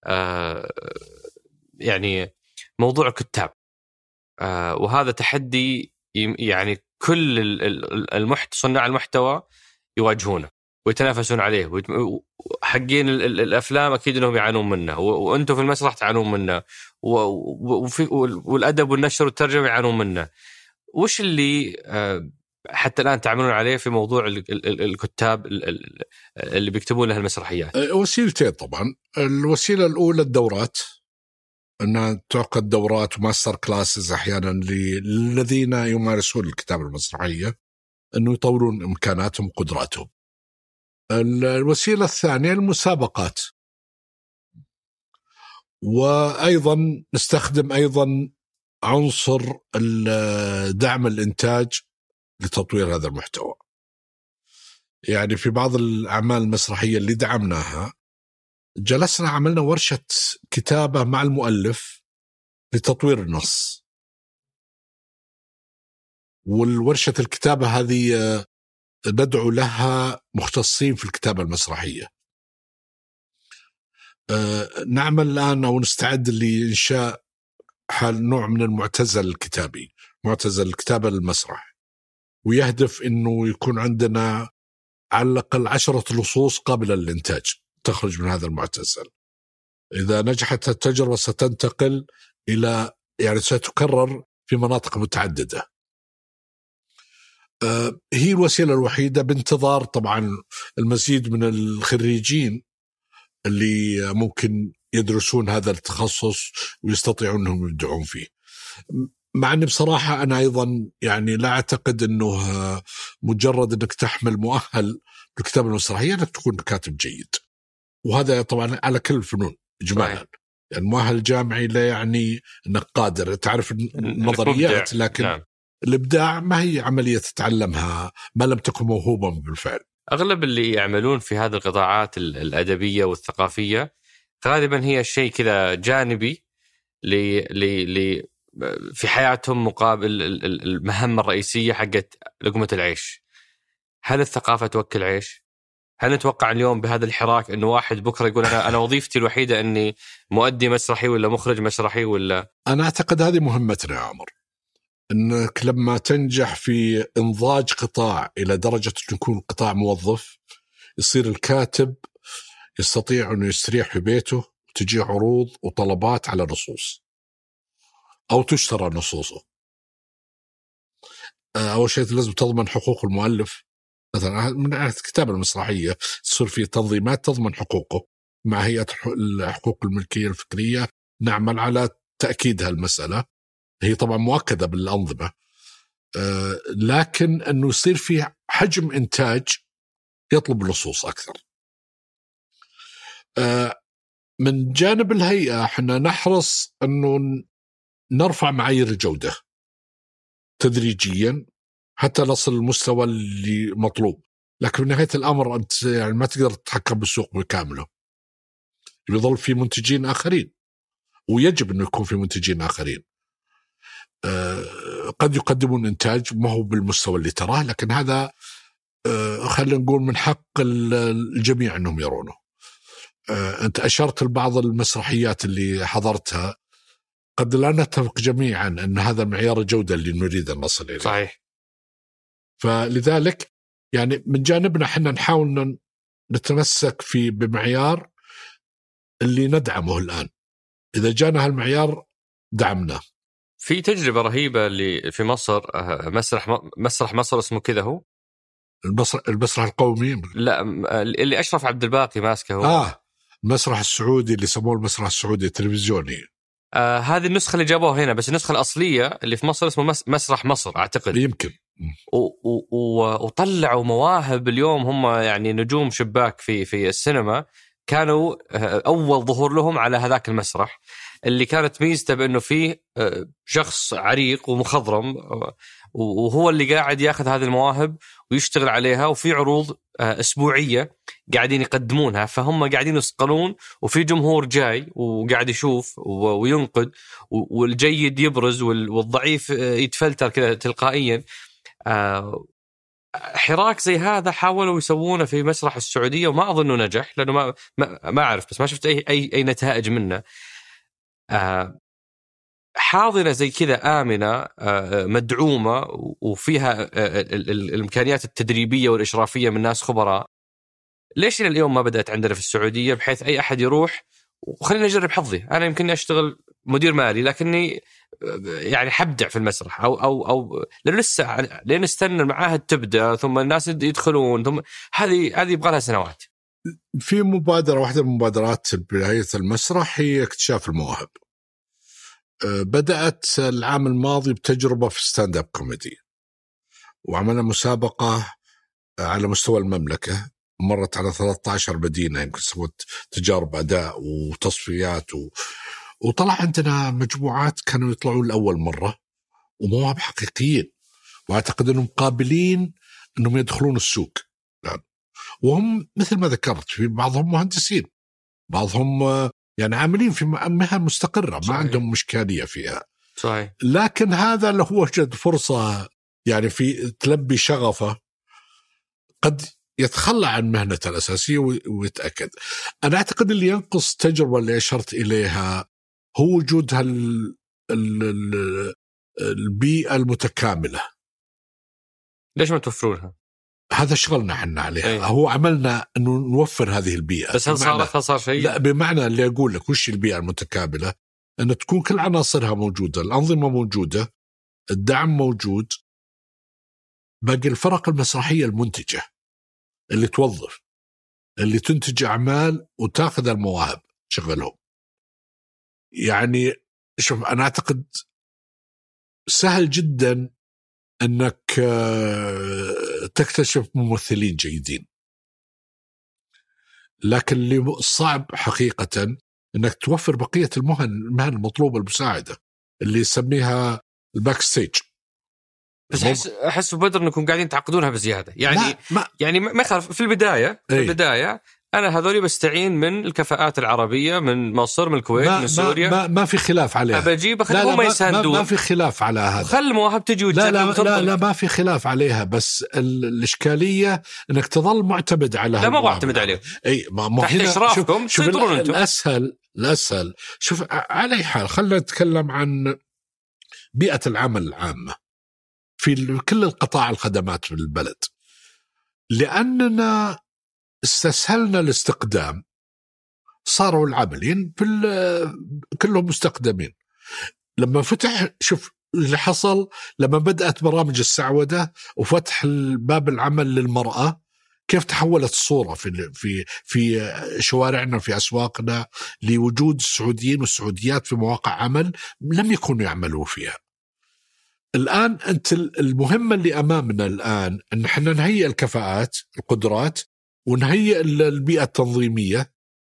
يعني موضوع كتاب وهذا تحدي يعني كل صناع المحتوى يواجهونه ويتنافسون عليه حقين الأفلام أكيد أنهم يعانون منه وأنتم في المسرح تعانون منه والأدب والنشر والترجمة يعانون منه. وش اللي حتى الآن تعملون عليه في موضوع الكتاب اللي بيكتبون لها المسرحيات؟ وسيلتين طبعا. الوسيلة الأولى الدورات أن تعقد دورات وماستر كلاسز أحيانا للذين يمارسون الكتابة المسرحية أنه يطورون إمكاناتهم وقدراتهم. الوسيلة الثانية المسابقات وأيضا نستخدم أيضا عنصر دعم الإنتاج لتطوير هذا المحتوى. يعني في بعض الأعمال المسرحية اللي دعمناها جلسنا عملنا ورشة كتابة مع المؤلف لتطوير النص والورشة الكتابة هذه ندعو لها مختصين في الكتابة المسرحية. نعمل الآن أو نستعد لإنشاء نوع من المعتزل الكتابي معتزل الكتابة للمسرح ويهدف أنه يكون عندنا على الأقل 10 لصوص قابلة للإنتاج تخرج من هذا المعتزل. إذا نجحت التجربة ستنتقل إلى يعني ستكرر في مناطق متعددة. هي الوسيلة الوحيدة بانتظار طبعا المزيد من الخريجين اللي ممكن يدرسون هذا التخصص ويستطيعون أنهم يبدعون فيه. مع أني بصراحة أنا أيضا يعني لا أعتقد أنه مجرد أنك تحمل مؤهل بالكتابة المسرحية أنك تكون كاتب جيد، وهذا طبعا على كل الفنون إجمالا. يعني مؤهل جامعي لا يعني أنك قادر تعرف النظريات، لكن نعم. الإبداع ما هي عملية تتعلمها ما لم تكن موهوبا بالفعل. أغلب اللي يعملون في هذه القطاعات الأدبية والثقافية غالبا هي شيء كذا جانبي في حياتهم مقابل المهمة الرئيسية حقت لقمة العيش. هل الثقافة توكل عيش؟ هل نتوقع اليوم بهذا الحراك أنه واحد بكرة يقول أنا وظيفتي الوحيدة أني مؤدي مسرحي ولا مخرج مسرحي ولا؟ أنا أعتقد هذه مهمتنا يا عمر، أنك لما تنجح في إنضاج قطاع إلى درجة أن يكون قطاع موظف، يصير الكاتب يستطيع أنه يستريح في بيته وتجي عروض وطلبات على نصوص أو تشترى نصوصه. أول شيء لازم تضمن حقوق المؤلف، مثلا من الكتابة المسرحية تصير في تنظيمات تضمن حقوقه مع هيئة حقوق الملكية الفكرية، نعمل على تأكيد هالمسألة، هي طبعا مؤكدة بالأنظمة، لكن أنه يصير في حجم إنتاج يطلب نصوص أكثر. من جانب الهيئة احنا نحرص أنه نرفع معايير الجودة تدريجيا حتى نصل للمستوى اللي مطلوب، لكن في نهاية الأمر أنت يعني ما تقدر تتحكم بالسوق بكامله، يظل في منتجين آخرين ويجب أنه يكون في منتجين آخرين قد يقدمون إنتاج ما هو بالمستوى اللي تراه، لكن هذا خلينا نقول من حق الجميع أنهم يرونه. أنت أشرت لبعض المسرحيات اللي حضرتها، قد لا نتفق جميعا أن هذا معيار الجودة اللي نريد أن نصل إليه. صحيح. فلذلك يعني من جانبنا حنا نحاول نتمسك بمعيار اللي ندعمه الآن، إذا جانا هالمعيار دعمناه. في تجربة رهيبة اللي في مصر، مسرح مصر اسمه كذا، هو المسرح القومي، لا اللي أشرف عبد الباقي ماسكه هو. المسرح السعودي اللي سموه المسرح السعودي التلفزيوني. هذه النسخة اللي جابوها هنا، بس النسخة الأصلية اللي في مصر اسمه مسرح مصر أعتقد، يمكن. وطلعوا مواهب اليوم هم يعني نجوم شباك في السينما، كانوا أول ظهور لهم على هذاك المسرح اللي كانت ميزته بأنه فيه شخص عريق ومخضرم، وهو اللي قاعد ياخذ هذه المواهب ويشتغل عليها، وفي عروض أسبوعية قاعدين يقدمونها، فهم قاعدين يسقلون، وفي جمهور جاي وقاعد يشوف وينقد، والجيد يبرز والضعيف يتفلتر كذا تلقائيا. حراك زي هذا حاولوا يسوونه في مسرح السعودية وما أظنه نجح، لأنه ما أعرف، بس ما شفت أي نتائج منه. حاضنة زي كذا آمنة مدعومة وفيها الإمكانيات التدريبية والإشرافية من ناس خبراء، ليش اليوم ما بدأت عندنا في السعودية بحيث أي أحد يروح وخلينا نجرب حظي؟ أنا يمكن أشتغل مدير مالي لكني يعني حبدع في المسرح أو لسه لين نستنى المعاهد تبدأ ثم الناس يدخلون، ثم هذه يبغى لها سنوات. في مبادرة واحدة من مبادرات بهيئة المسرح هي اكتشاف المواهب، بدأت العام الماضي بتجربة في ستاند اب كوميدي، وعملنا مسابقة على مستوى المملكة، مرت على 13 مدينة، يمكن سوت تجارب أداء وتصفيات وطلع عندنا مجموعات كانوا يطلعون لأول مرة ومواهب حقيقيين، وأعتقد أنهم قابلين أنهم يدخلون السوق يعني. وهم مثل ما ذكرت في بعضهم مهندسين، بعضهم يعني عاملين في مهن مستقرة، ما عندهم مشكلة فيها. صحيح. لكن هذا لو وجد فرصة يعني في تلبي شغفه قد يتخلى عن مهنته الأساسية ويتأكد. أنا أعتقد اللي ينقص التجربة اللي أشرت إليها هو وجود البيئة المتكاملة. ليش ما توفرونها؟ هذا شغلنا حنا عليها. هو عملنا أنه نوفر هذه البيئة، بس هل صار شيء؟ لا، بمعنى اللي أقول لك وش البيئة المتكاملة، أن تكون كل عناصرها موجودة، الأنظمة موجودة، الدعم موجود، باقي الفرق المسرحية المنتجة اللي توظف، اللي تنتج أعمال وتأخذ المواهب شغلهم. يعني شوف، أنا أعتقد سهل جدا أنك تكتشف ممثلين جيدين، لكن اللي صعب حقيقة أنك توفر بقية المهن المطلوبة المساعدة اللي يسميها الباك ستيج. بس أحس بدر أنكم قاعدين تعقدونها بزيادة، يعني ما يخالف. في البداية أنا هذولي بستعين من الكفاءات العربية من مصر من الكويت من سوريا، ما في خلاف عليها. أبجيب أخذهم يساندون، ما في خلاف على هذا. خل المواهب تجي وتجرب. لا ما في خلاف عليها، بس الإشكالية إنك تظل معتمد على لا ما بعتمد عليه. أي ما تحت إشرافكم تسيطرون أنتم. الأسهل شوف على حال. خلنا نتكلم عن بيئة العمل العامة في كل القطاع الخدمات في البلد، لأننا استسهلنا الاستقدام. صاروا العاملين كلهم مستقدمين. لما فتح، شوف اللي حصل لما بدأت برامج السعودة وفتح باب العمل للمرأة، كيف تحولت الصورة في شوارعنا في أسواقنا لوجود السعوديين والسعوديات في مواقع عمل لم يكونوا يعملوا فيها. الآن أنت المهمة اللي أمامنا الآن أن احنا نهيئ الكفاءات القدرات ونهيئ البيئة التنظيمية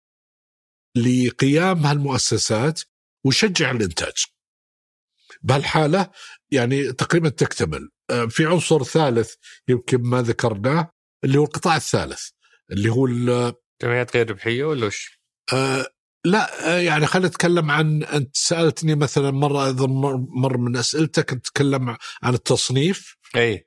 لقيام هالمؤسسات وشجع الإنتاج. بهالحالة يعني تقريبا تكتمل. في عنصر ثالث يمكن ما ذكرناه اللي هو القطاع الثالث اللي هو جمعيات غير ربحية ولا وش؟ لا يعني خلينا نتكلم عن، أنت سألتني مثلا مرة من أسئلتك تتكلم عن التصنيف. أي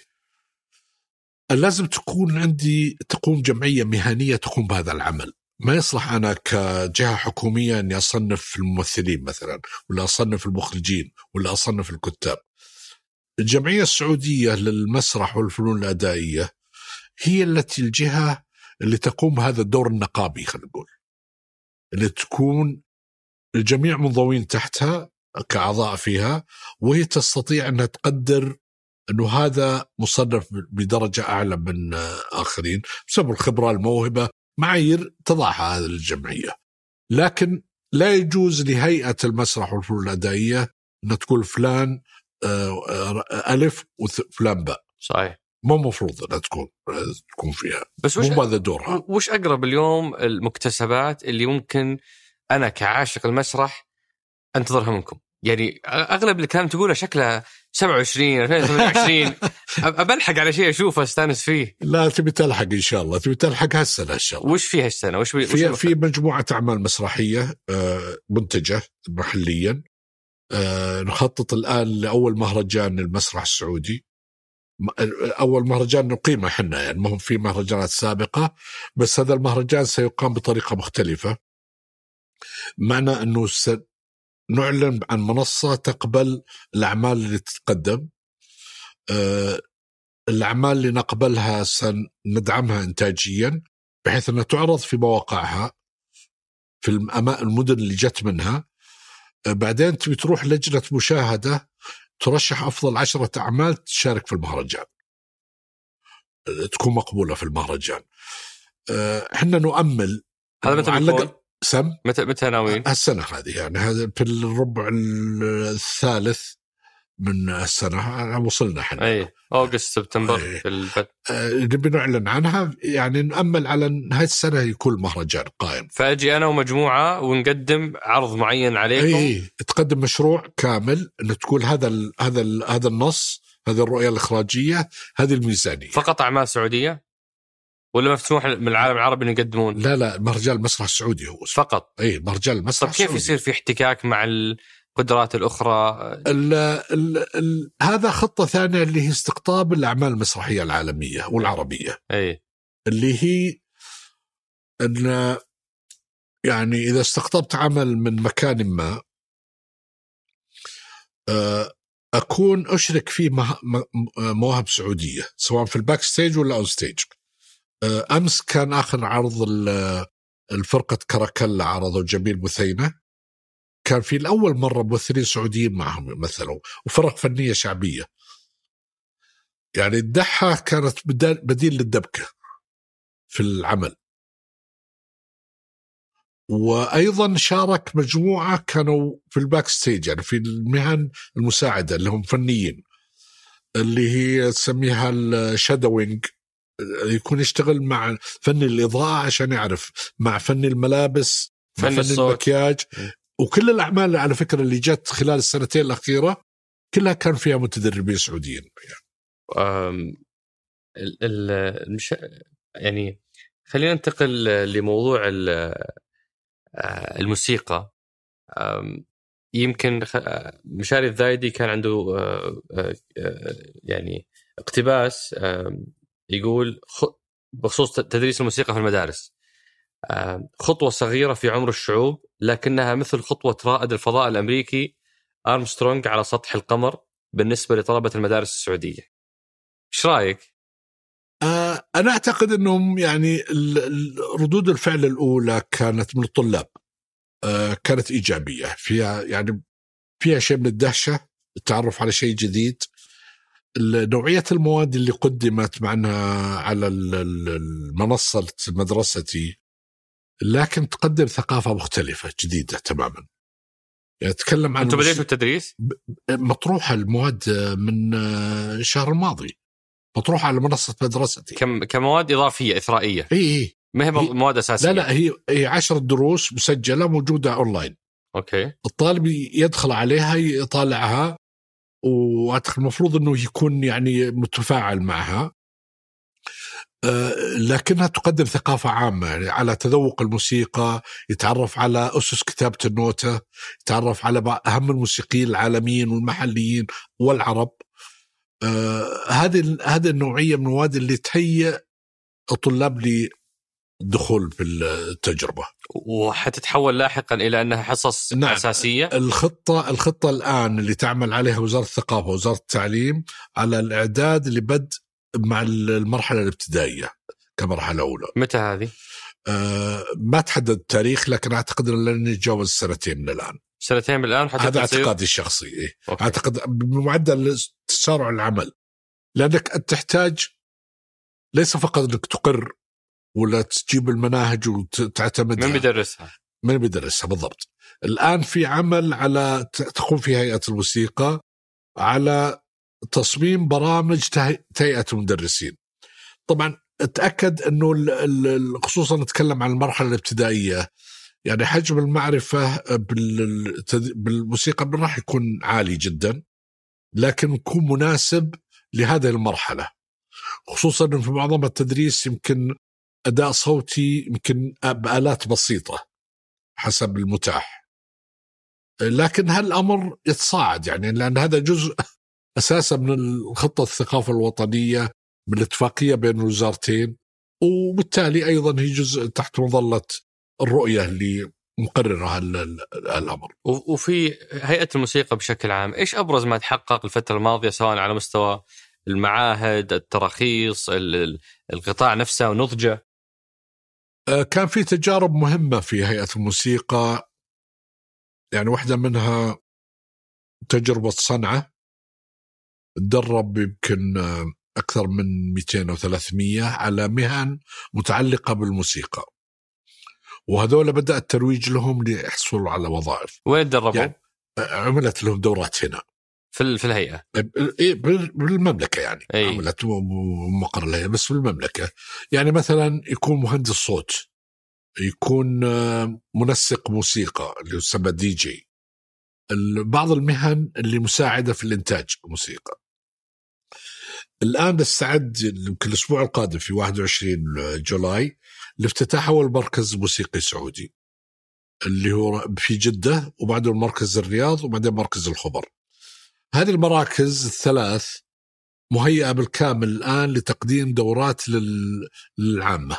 لازم تقوم جمعية مهنية تقوم بهذا العمل. ما يصلح أنا كجهة حكومية أني أصنف الممثلين مثلا، ولا أصنف المخرجين، ولا أصنف الكتاب. الجمعية السعودية للمسرح والفنون الأدائية هي الجهة اللي تقوم بهذا الدور النقابي، خلينا نقول، اللي تكون الجميع منضوين تحتها كأعضاء فيها، وهي تستطيع أنها تقدر أنه هذا مصنف بدرجة أعلى من آخرين بسبب الخبرة الموهبة، معايير تضعها هذه الجمعية. لكن لا يجوز لهيئة المسرح والفنون الأدائية أن تقول فلان ألف وفلان باء. صحيح، مو مفروض أن تكون فيها. بس مو هذا دورها. وش أقرب اليوم المكتسبات اللي ممكن أنا كعاشق المسرح أنتظرها منكم؟ يعني أغلب الكلام تقوله شكله 27 2028 أبلحق على شيء أشوفه أستانس فيه. لا تبي تلحق إن شاء الله، تبي تلحق هالسنة إن شاء الله. وش فيها السنة؟ في مجموعة أعمال مسرحية منتجة محليا. نخطط الآن لأول مهرجان المسرح السعودي. أول مهرجان نقيمه حنا، يعني ما هم في مهرجانات سابقة، بس هذا المهرجان سيقام بطريقة مختلفة. معنى أنه نعلن عن منصة تقبل الأعمال اللي تتقدم. الأعمال اللي نقبلها سندعمها إنتاجيا بحيث أنها تعرض في مواقعها في المدن اللي جت منها. بعدين تبي تروح لجنة مشاهدة ترشح أفضل 10 أعمال تشارك في المهرجان، تكون مقبولة في المهرجان. احنا نؤمل هذا متى ناويين؟ السنة هذه، يعني هذا في الربع الثالث من السنة وصلنا احنا. أي أغسطس سبتمبر في البدء. نبي نعلن عنها، يعني نأمل على نهاية السنة يكون المهرجان قائم. فأجي أنا ومجموعة ونقدم عرض معين عليكم. تقدم مشروع كامل، إنه تقول هذا النص، هذه الرؤية الإخراجية، هذه الميزانية. فقط أعمال سعودية ولا مفتوح من العالم العربي إن يقدمون؟ لا مهرجان المسرح السعودي هو فقط. مهرجان المسرح. طب كيف يصير في احتكاك مع القدرات الأخرى؟ هذا خطة ثانية اللي هي استقطاب الأعمال المسرحية العالمية والعربية. اللي هي أن يعني إذا استقطبت عمل من مكان ما، أكون أشرك فيه مواهب سعودية سواء في الباك ستيج ولا أون ستيج. أمس كان آخر عرض الفرقة كراكلا عرضوا جميل بثينة، كان في الأول مرة ممثلين سعوديين معهم مثلوا، وفرق فنية شعبية. يعني الدحة كانت بديل للدبكة في العمل. وأيضا شارك مجموعة كانوا في الباك ستيج، يعني في المهن المساعدة اللي هم فنيين، اللي هي تسميها الشادوينج، يكون يشتغل مع فن الإضاءة عشان يعرف، مع فن الملابس، مع فن المكياج. وكل الأعمال على فكرة اللي جت خلال السنتين الأخيرة كلها كان فيها متدربين سعوديين. يعني خلينا ننتقل لموضوع الموسيقى. يمكن مشاري الذايدي كان عنده يعني اقتباس يقول بخصوص تدريس الموسيقى في المدارس: خطوة صغيرة في عمر الشعوب، لكنها مثل خطوة رائد الفضاء الأمريكي أرمسترونغ على سطح القمر بالنسبة لطلبة المدارس السعودية. إيش رأيك؟ أنا أعتقد أنهم يعني ردود الفعل الأولى كانت من الطلاب، كانت إيجابية، فيها يعني فيها شيء من الدهشة، التعرف على شيء جديد. نوعية المواد اللي قدمت معنا على المنصة مدرستي، لكن تقدم ثقافة مختلفة جديدة تماما. يعني تكلم عن أنتم بديتوا التدريس؟ مطروحة المواد من الشهر الماضي، مطروحة على منصة مدرستي كمواد إضافية إثرائية. إيه ما هي مواد أساسية. لا هي 10 دروس مسجلة موجودة أونلاين. أوكي. الطالب يدخل عليها يطالعها، وأعتقد المفروض أنه يكون يعني متفاعل معها، لكنها تقدم ثقافة عامة، يعني على تذوق الموسيقى، يتعرف على أسس كتابة النوتة، يتعرف على أهم الموسيقيين العالميين والمحليين والعرب. هذه النوعية من المواد اللي تهيئ الطلاب للدخول في التجربة، وحتتحول لاحقا إلى أنها حصص أساسية. الخطة الآن اللي تعمل عليها وزارة الثقافة ووزارة التعليم على الإعداد لبدء مع المرحلة الابتدائية كمرحلة أولى. متى هذه؟ ما تحدد التاريخ، لكن أعتقد أن لن يتجاوز 2 من الآن. 2 من الآن حتى هذا اعتقادي الشخصي. إيه؟ أعتقد بمعدل تسارع العمل، لأنك تحتاج ليس فقط أنك تقر ولا تجيب المناهج وتعتمدها. من بيدرسها بالضبط. الآن في عمل على تقوم في هيئة الموسيقى على تصميم برامج تهيئة المدرسين. طبعا اتأكد أنه خصوصا نتكلم عن المرحلة الابتدائية، يعني حجم المعرفة بالموسيقى راح يكون عالي جدا، لكن يكون مناسب لهذه المرحلة، خصوصا أنه في معظم التدريس يمكن أداء صوتي يمكن بآلات بسيطة حسب المتاح، لكن هالأمر يتصاعد، يعني لأن هذا جزء أساسا من الخطة الثقافة الوطنية بالاتفاقية بين الوزارتين، وبالتالي أيضا هي جزء تحت مظلة الرؤية اللي مقررها الأمر. وفي هيئة الموسيقى بشكل عام، إيش أبرز ما تحقق الفترة الماضية سواء على مستوى المعاهد، التراخيص، القطاع نفسه ونضجه؟ كان في تجارب مهمة في هيئة الموسيقى، يعني واحدة منها تجربة صنعاء، تدرب يمكن أكثر من 200 أو 300 على مهن متعلقة بالموسيقى، وهذول بدأ الترويج لهم ليحصلوا على وظائف. وين تدربوا؟ يعني عملت لهم دورات هنا في الهيئة بالمملكة، يعني عملت مقر الهيئة بس في المملكة. يعني مثلا يكون مهندس صوت، يكون منسق موسيقى اللي يسمى دي جي، بعض المهن اللي مساعدة في الإنتاج الموسيقى. الآن نستعد يمكن الأسبوع القادم في 21 جولاي لافتتاح أول مركز موسيقي سعودي اللي هو في جدة، وبعده المركز الرياض، وبعدين مركز الخبر. هذه المراكز الثلاث مهيئة بالكامل الآن لتقديم دورات للعامة،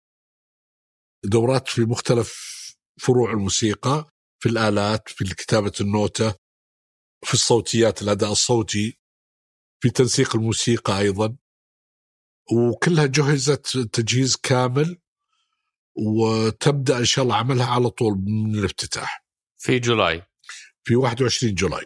دورات في مختلف فروع الموسيقى، في الآلات، في كتابة النوتة، في الصوتيات، الأداء الصوتي، في تنسيق الموسيقى أيضا، وكلها جهزت تجهيز كامل، وتبدأ إن شاء الله عملها على طول من الافتتاح في جولاي، في 21 جولاي.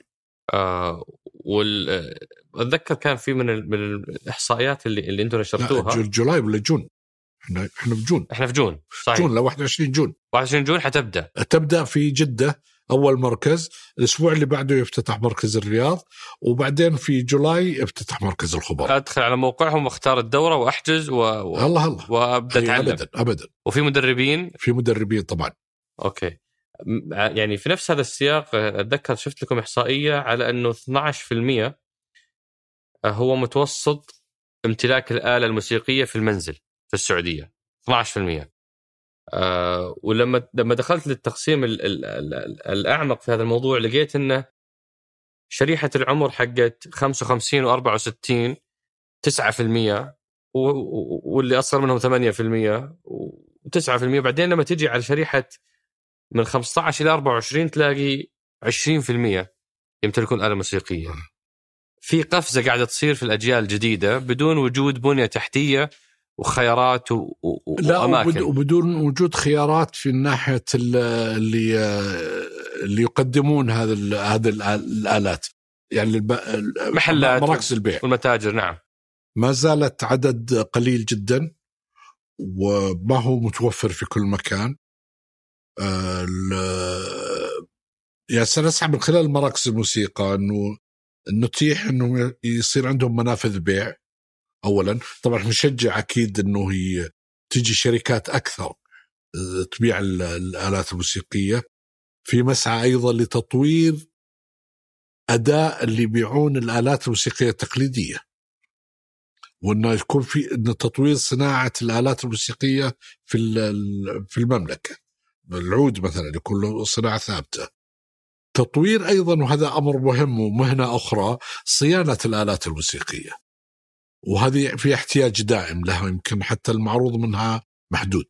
أتذكر كان في من الإحصائيات اللي أنتم نشرتوها. جولاي ولا جون؟ احنا في جون. احنا في جون صحيح. جون 21 جون. 21 جون تبدأ في جدة أول مركز، الأسبوع اللي بعده يفتتح مركز الرياض، وبعدين في جولاي يفتتح مركز الخبر. أدخل على موقعهم واختار الدورة وأحجز الله وأبدأ أتعلم. أبدا. وفي مدربين. في مدربين طبعا. أوكي. يعني في نفس هذا السياق أتذكر شفت لكم إحصائية على أنه 12% هو متوسط امتلاك الآلة الموسيقية في المنزل في السعودية. 12%. ولما دخلت للتقسيم الأعمق في هذا الموضوع لقيت أنه شريحة العمر حقت 55 و64 9%، واللي أصغر منهم 8% و9%. بعدين لما تجي على شريحة من 15 إلى 24 تلاقي 20% يمتلكون آلة موسيقية. في قفزة قاعدة تصير في الأجيال الجديدة بدون وجود بنية تحتية وخيارات وأماكن. وبدون وجود خيارات في الناحية اللي يقدمون هذه الآلات، يعني محلات مراكز البيع والمتاجر. نعم ما زالت عدد قليل جدا وما هو متوفر في كل مكان. يعني سنسعى من خلال مراكز الموسيقى أنه نتيح أنه يصير عندهم منافذ بيع. أولا طبعا نشجع أكيد أنه هي تيجي شركات أكثر تبيع الآلات الموسيقية، في مسعى أيضا لتطوير أداء اللي يبيعون الآلات الموسيقية التقليدية، وأنه يكون في تطوير صناعة الآلات الموسيقية في المملكة. العود مثلا يكون له صناعة ثابتة. تطوير أيضا، وهذا أمر مهم ومهنة أخرى، صيانة الآلات الموسيقية، وهذه في احتياج دائم لها، يمكن حتى المعروض منها محدود.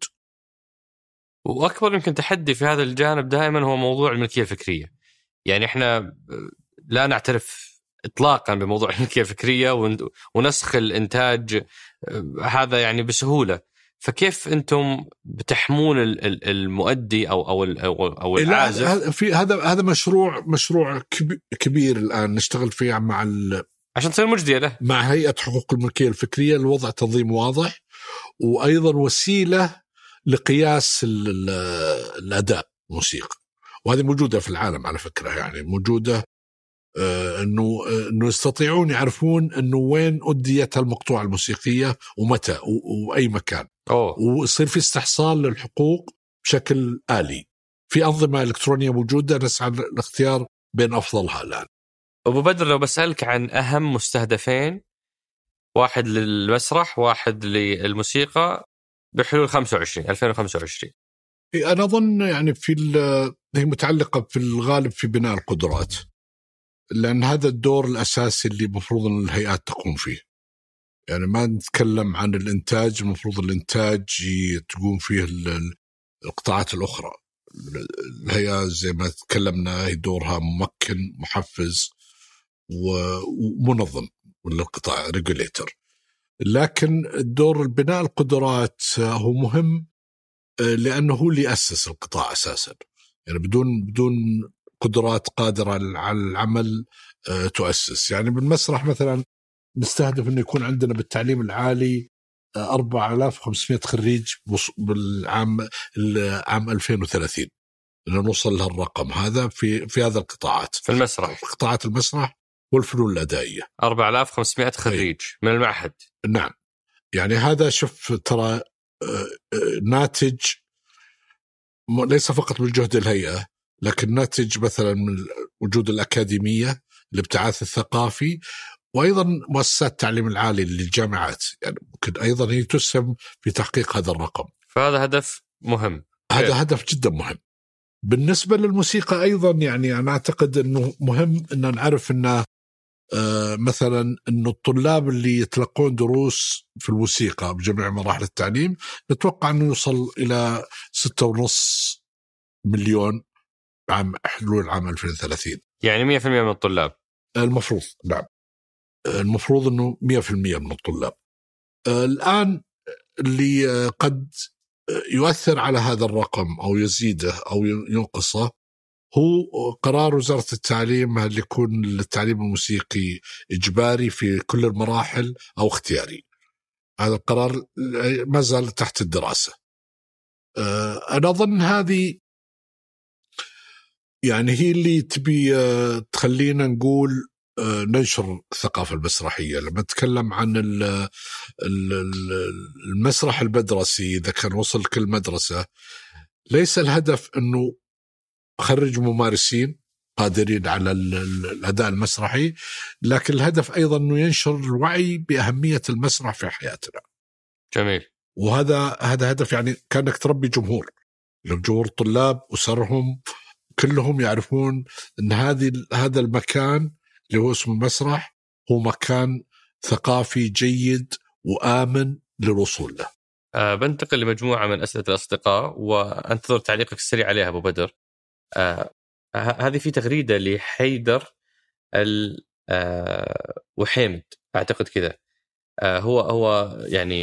وأكبر يمكن تحدي في هذا الجانب دائما هو موضوع الملكية الفكرية. يعني إحنا لا نعترف إطلاقا بموضوع الملكية الفكرية ونسخ الإنتاج هذا يعني بسهولة. فكيف أنتم بتحمون المؤدي أو العازف؟ في هذا مشروع كبير الآن نشتغل فيه عشان تصير مجدية له مع هيئة حقوق الملكية الفكرية، الوضع تنظيم واضح، وأيضا وسيلة لقياس الأداء الموسيقى، وهذه موجودة في العالم على فكرة. يعني موجودة إنه يستطيعون يعرفون إنه وين أديت المقطوعة الموسيقية ومتى وأي مكان. ويصير في استحصال للحقوق بشكل آلي. في أنظمة إلكترونية موجودة نسعى الاختيار بين أفضلها الآن. أبو بدر لو بسألك عن أهم مستهدفين، واحد للمسرح واحد للموسيقى، بحلول 2025. أنا أظن يعني هي متعلقة في الغالب في بناء القدرات، لأن هذا الدور الأساسي اللي مفروض أن الهيئات تقوم فيه. يعني ما نتكلم عن الإنتاج، المفروض الإنتاج تقوم فيه القطاعات الأخرى. الهيئة زي ما تكلمنا هي دورها ممكن، محفز ومنظم للقطاع، ريجوليتر. لكن الدور البناء القدرات هو مهم، لأنه هو اللي أسس القطاع أساسا. يعني بدون قدرات قادرة على العمل تؤسس. يعني بالمسرح مثلا نستهدف أن يكون عندنا بالتعليم العالي 4500 خريج بالعام 2030، أن نوصل لهالرقم هذا في هذا القطاعات، في المسرح، في قطاعات المسرح والفنون الأدائية. 4500 خريج من المعهد. نعم. يعني هذا شوف ترى ناتج ليس فقط من جهد الهيئة، لكن ناتج مثلا من وجود الأكاديمية، الابتعاث الثقافي، وأيضا مؤسسات التعليم العالي للجامعات. يعني ممكن أيضا هي تسهم في تحقيق هذا الرقم. فهذا هدف مهم. هذا هدف جدا مهم. بالنسبة للموسيقى أيضا يعني أنا أعتقد أنه مهم أن نعرف أنه مثلا أنه الطلاب اللي يتلقون دروس في الموسيقى بجميع مراحل التعليم نتوقع أنه يوصل إلى 6.5 مليون حلول العام 2030. يعني 100% من الطلاب المفروض. نعم، المفروض أنه 100% من الطلاب. الآن اللي قد يؤثر على هذا الرقم أو يزيده أو ينقصه هو قرار وزارة التعليم، هل يكون التعليم الموسيقي إجباري في كل المراحل أو اختياري. هذا القرار ما زال تحت الدراسة. أنا أظن هذه يعني هي اللي تبي تخلينا نقول ننشر الثقافة المسرحية. لما نتكلم عن المسرح المدرسي، إذا كان وصل كل مدرسة، ليس الهدف أنه أخرج ممارسين قادرين على الأداء المسرحي، لكن الهدف أيضا أنه ينشر الوعي بأهمية المسرح في حياتنا. جميل. وهذا هدف، يعني كأنك تربي جمهور، جمهور طلاب أسرهم كلهم يعرفون أن هذا المكان اللي هو اسمه المسرح هو مكان ثقافي جيد وآمن للوصول له. بنتقل لمجموعة من أسئلة الأصدقاء وأنتظر تعليقك السريع عليها أبو بدر. هذه في تغريدة لحيدر وحيمد أعتقد كذا. هو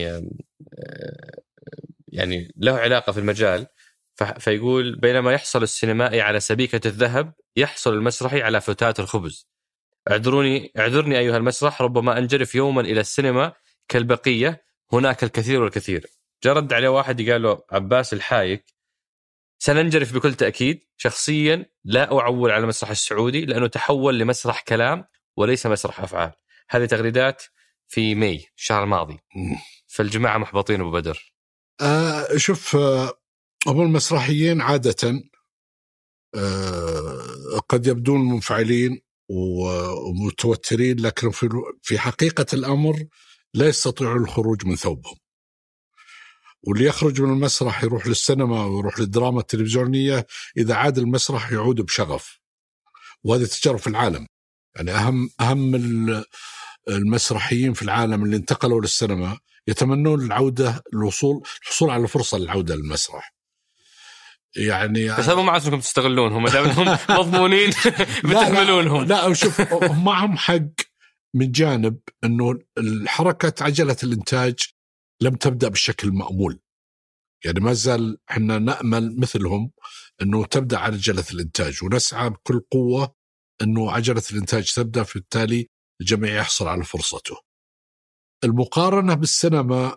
يعني له علاقة في المجال، فيقول: بينما يحصل السينمائي على سبيكة الذهب، يحصل المسرحي على فتات الخبز. اعذرني أيها المسرح، ربما أنجرف يوما إلى السينما كالبقية، هناك الكثير والكثير. جرد عليه واحد قال له عباس الحايك: سننجرف بكل تأكيد. شخصيا لا أعول على المسرح السعودي لأنه تحول لمسرح كلام وليس مسرح أفعال. هذه تغريدات في ماي الشهر الماضي، فالجماعة محبطين أبو بدر. شوف، هم المسرحيين عادة قد يبدون منفعلين ومتوترين، لكن في حقيقة الأمر لا يستطيعون الخروج من ثوبهم. واللي يخرج من المسرح يروح للسينما ويروح للدراما التلفزيونية، إذا عاد المسرح يعود بشغف. وهذه تجربة في العالم، يعني أهم المسرحيين في العالم اللي انتقلوا للسينما يتمنون العودة، الحصول على فرصة للعودة للمسرح. يعني بس هم ما عارفين تستغلونهم، دامهم مضمونين بتحملونهم. لا شوف، معهم حق من جانب أنه الحركة عجلة الإنتاج لم تبدأ بالشكل المأمول. يعني ما زال احنا نأمل مثلهم أنه تبدأ عجلة الإنتاج، ونسعى بكل قوة أنه عجلة الإنتاج تبدأ، في التالي الجميع يحصل على فرصته. المقارنة بالسينما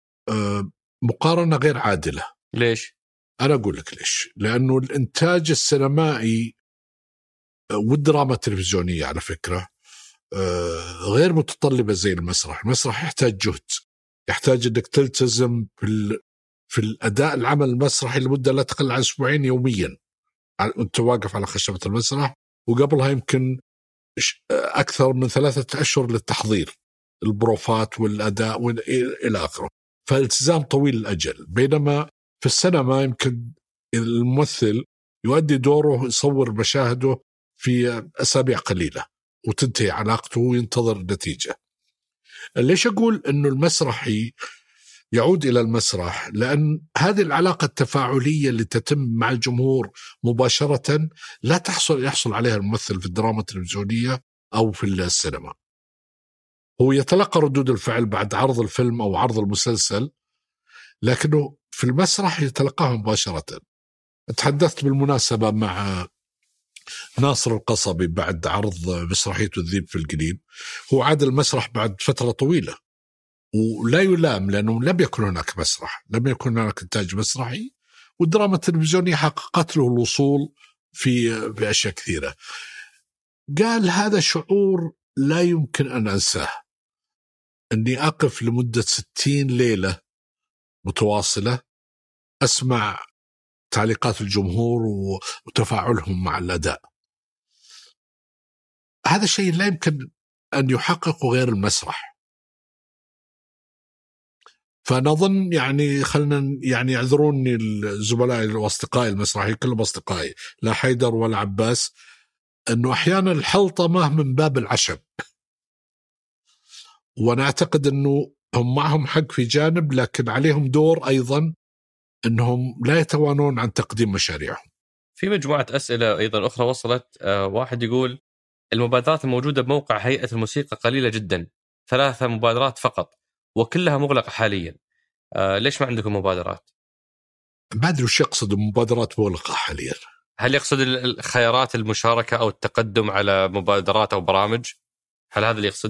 مقارنة غير عادلة. ليش؟ أنا أقول لك ليش. لأنه الإنتاج السينمائي والدراما التلفزيونية على فكرة غير متطلبة زي المسرح. المسرح يحتاج جهد، يحتاج أنك تلتزم في الأداء العمل المسرحي لمدة لا تقل عن 2 أسبوع يوميا أنت واقف على خشبة المسرح، وقبلها يمكن أكثر من 3 أشهر للتحضير، البروفات والأداء إلى آخره. فالالتزام طويل الأجل. بينما في السينما يمكن الممثل يؤدي دوره، يصور مشاهده في أسابيع قليلة وتنتهي علاقته وينتظر النتيجة. ليش أقول أنه المسرحي يعود إلى المسرح؟ لأن هذه العلاقة التفاعلية اللي تتم مع الجمهور مباشرة لا يحصل عليها الممثل في الدراما التلفزيونية أو في السينما. هو يتلقى ردود الفعل بعد عرض الفيلم أو عرض المسلسل، لكنه في المسرح يتلقاها مباشرة. تحدثت بالمناسبة مع ناصر القصبي بعد عرض مسرحية الذيب في القليل. هو عاد المسرح بعد فترة طويلة، ولا يلام لأنه لم يكن هناك مسرح، لم يكن هناك إنتاج مسرحي، والدراما التلفزيونية حققت له الوصول في أشياء كثيرة. قال هذا شعور لا يمكن أن أنساه، أني أقف لمدة 60 ليلة متواصلة أسمع تعليقات الجمهور وتفاعلهم مع الأداء. هذا شيء لا يمكن أن يحققه غير المسرح. فنظن يعني خلنا يعني يعذروني الزملاء واصدقائي المسرحيين، كلهم أصدقائي لا حيدر ولا عباس، أنه أحيانا الحلطمة من باب العشب، وأنا أعتقد أنه هم معهم حق في جانب، لكن عليهم دور أيضا أنهم لا يتوانون عن تقديم مشاريعهم. في مجموعة أسئلة أيضا أخرى وصلت. واحد يقول: المبادرات الموجودة بموقع هيئة الموسيقى قليلة جدا، 3 مبادرات فقط وكلها مغلقة حاليا، ليش ما عندكم مبادرات؟ ما أدري وش يقصد مبادرات مغلقة حاليا. هل يقصد الخيارات المشاركة أو التقدم على مبادرات أو برامج؟ هل هذا اللي يقصده؟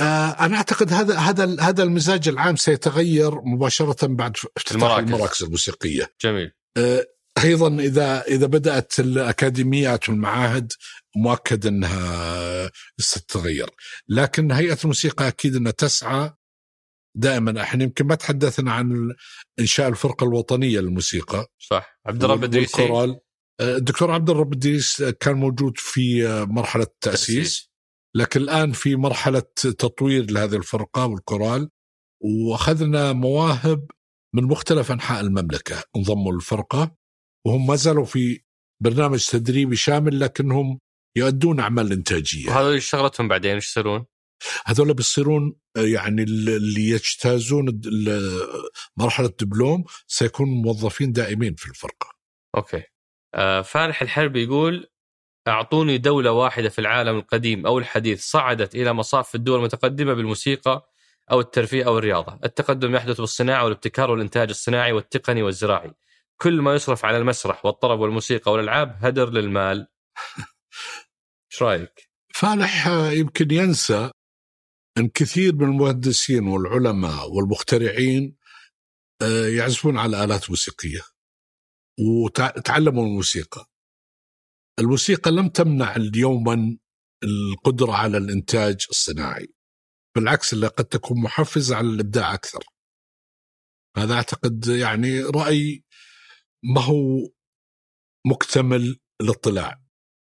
أنا أعتقد هذا المزاج العام سيتغير مباشرة بعد افتتاح المراكز الموسيقية. جميل. أيضا إذا بدأت الأكاديميات والمعاهد مؤكد أنها ستتغير، لكن هيئة الموسيقى أكيد أنها تسعى دائما. احنا يمكن ما تحدثنا عن إنشاء الفرقة الوطنية للموسيقى. صح. عبد الرب الدريسي، الدكتور عبد الرب الدريس كان موجود في مرحلة تأسيس، لكن الآن في مرحلة تطوير لهذه الفرقة والكورال، وأخذنا مواهب من مختلف أنحاء المملكة انضموا للفرقة، وهم ما زالوا في برنامج تدريبي شامل لكنهم يؤدون أعمال إنتاجية. وهذول شغلتهم بعدين إيش يصيرون؟ هذول بيصيرون يعني اللي يجتازون مرحلة الدبلوم سيكونوا موظفين دائمين في الفرقة. أوكي. فالح الحربي يقول أعطوني دولة واحدة في العالم القديم أو الحديث صعدت إلى مصاف الدول المتقدمة بالموسيقى أو الترفيه أو الرياضة. التقدم يحدث بالصناعة والابتكار والإنتاج الصناعي والتقني والزراعي. كل ما يصرف على المسرح والطرب والموسيقى والألعاب هدر للمال. إيش رأيك؟ فالح يمكن ينسى أن كثير من المهندسين والعلماء والمخترعين يعزفون على آلات موسيقية وتعلموا الموسيقى. الموسيقى لم تمنع اليوم القدرة على الإنتاج الصناعي، بالعكس اللي قد تكون محفزة على الإبداع أكثر. هذا أعتقد يعني رأي ما هو مكتمل الاطلاع.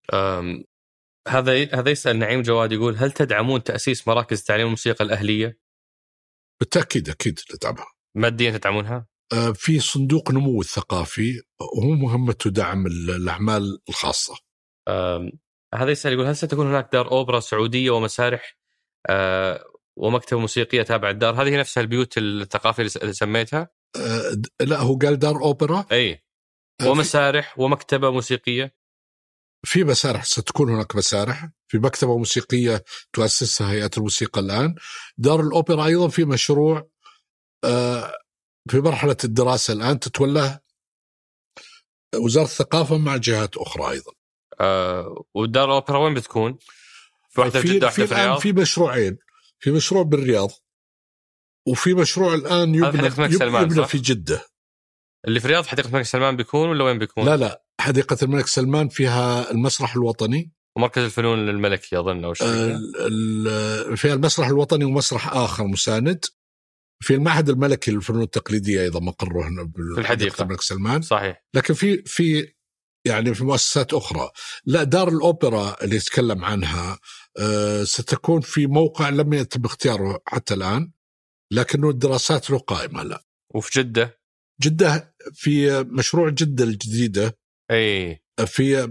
هذا يسأل نعيم جواد يقول هل تدعمون تأسيس مراكز تعليم الموسيقى الأهلية؟ بالتأكيد أكيد ندعمها. ماديا تدعمونها؟ في صندوق نمو الثقافي وهو مهمته دعم الأعمال الخاصة. هذا يسأل يقول هل ستكون هناك دار أوبرا سعودية ومسارح ومكتبة موسيقية تابع الدار؟ هذه نفسها البيوت الثقافية اللي سميتها؟ لا هو قال دار أوبرا. أي. ومسارح ومكتبة موسيقية. في مسارح ستكون هناك مسارح، في مكتبة موسيقية تؤسسها هيئة الموسيقى الآن. دار الأوبرا أيضا في مشروع في مرحلة الدراسة الآن تتولاه وزارة الثقافة مع جهات أخرى أيضا. ودار الأوبرا وين بتكون؟ في واحدة في جدة واحدة في الرياض؟ في مشروعين، في مشروع بالرياض وفي مشروع الآن يبنى في جدة. اللي في الرياض حديقة الملك سلمان بيكون ولا وين بيكون؟ لا حديقة الملك سلمان فيها المسرح الوطني ومركز الفنون الملكي أظن أو شيء. فيها المسرح الوطني ومسرح آخر مساند. في المعهد الملكي للفنون التقليدية أيضا مقره هنا في الحديقة الملك سلمان. صحيح. لكن في يعني في مؤسسات أخرى. لا دار الأوبرا اللي يتكلم عنها ستكون في موقع لم يتم اختياره حتى الآن، لكنه الدراسات له قائمة. لا. وفي جدة في مشروع جدة الجديدة. أي. في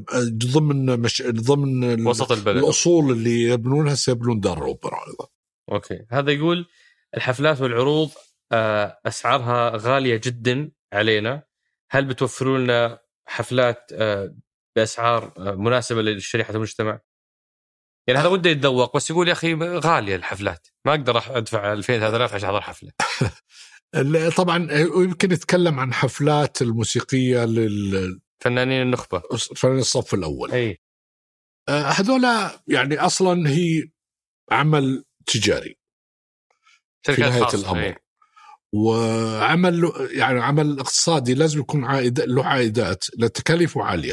ضمن وسط البلد الأصول اللي يبنونها سيبنون دار الأوبرا أيضا. أوكي. هذا يقول الحفلات والعروض أسعارها غالية جدا علينا، هل بتوفروا لنا حفلات بأسعار مناسبة لشريحة المجتمع؟ يعني هذا وده يتذوق بس يقول يا أخي غالية الحفلات، ما أقدر أدفع 2000-3000 عشان أحضر حفلة. طبعا يمكن يتكلم عن حفلات الموسيقية فنانين النخبة، فنانين الصف الأول. أي. هذولا يعني أصلا هي عمل تجاري في نهاية الأمر. أي. وعمل يعني عمل اقتصادي لازم يكون له عائدات لتكاليفه عالية.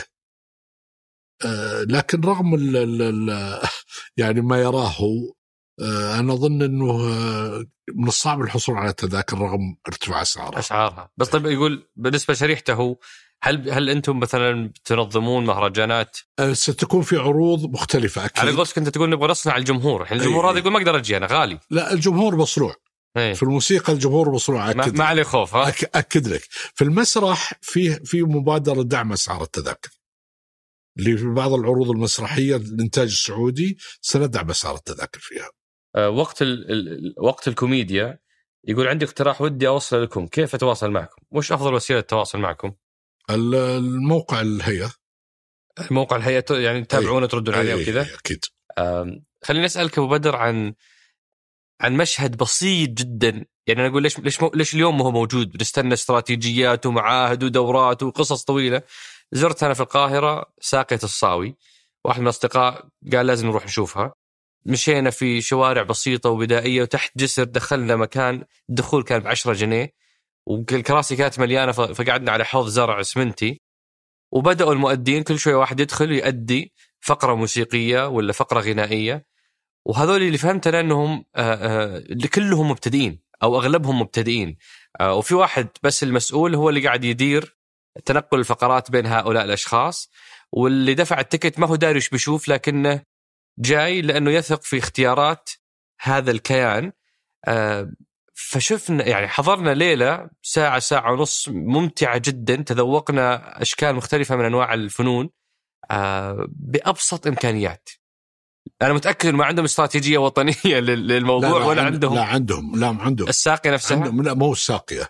لكن رغم يعني ما يراه أنا أظن أنه من الصعب الحصول على تذاكر رغم ارتفاع أسعارها. بس طيب يقول بالنسبة لشريحته هل أنتم مثلا تنظمون مهرجانات؟ ستكون في عروض مختلفة أكيد. على قولك أنت تقول نبغى نصنع الجمهور، الحين الجمهور هذا يقول ما أقدر أجي أنا غالي. لا الجمهور مصنوع. في الموسيقى الجمهور مصنوع. ما عليه خوف. أكد لك. في المسرح في مبادرة دعم أسعار التذاكر اللي في بعض العروض المسرحية الإنتاج السعودي سندعم أسعار التذاكر فيها. وقت الكوميديا يقول عندي اقتراح ودي أوصل لكم، كيف أتواصل معكم؟ وش أفضل وسيلة التواصل معكم؟ الموقع الهيئة يعني تتابعونا تردون عليه وكذا. أكيد. خليني أسألك أبو بدر عن مشهد بسيط جدا. يعني أنا أقول ليش اليوم هو موجود؟ بنستنى استراتيجيات ومعاهد ودورات وقصص طويلة. زرت أنا في القاهرة ساقية الصاوي، واحد من الأصدقاء قال لازم نروح نشوفها. مشينا في شوارع بسيطة وبدائية، وتحت جسر دخلنا مكان الدخول كان ب10 جنيه، والكراسي كانت مليانة، فقعدنا على حوض زرع اسمنتي، وبدأوا المؤدين كل شوية واحد يدخل ويؤدي فقرة موسيقية ولا فقرة غنائية. وهذول اللي فهمت أنا أنهم كلهم مبتدئين أو أغلبهم مبتدئين، وفي واحد بس المسؤول هو اللي قاعد يدير تنقل الفقرات بين هؤلاء الأشخاص، واللي دفع التيكت ما هو داري وش بيشوف، لكنه جاي لأنه يثق في اختيارات هذا الكيان. فشفنا يعني حضرنا ليلة ساعة ونص ممتعة جدا، تذوقنا أشكال مختلفة من أنواع الفنون بأبسط إمكانيات. أنا متأكد إنه ما عندهم استراتيجية وطنية للموضوع، لا ولا عندهم. لا عندهم الساقية نفسها عندهم. لا مو الساقية.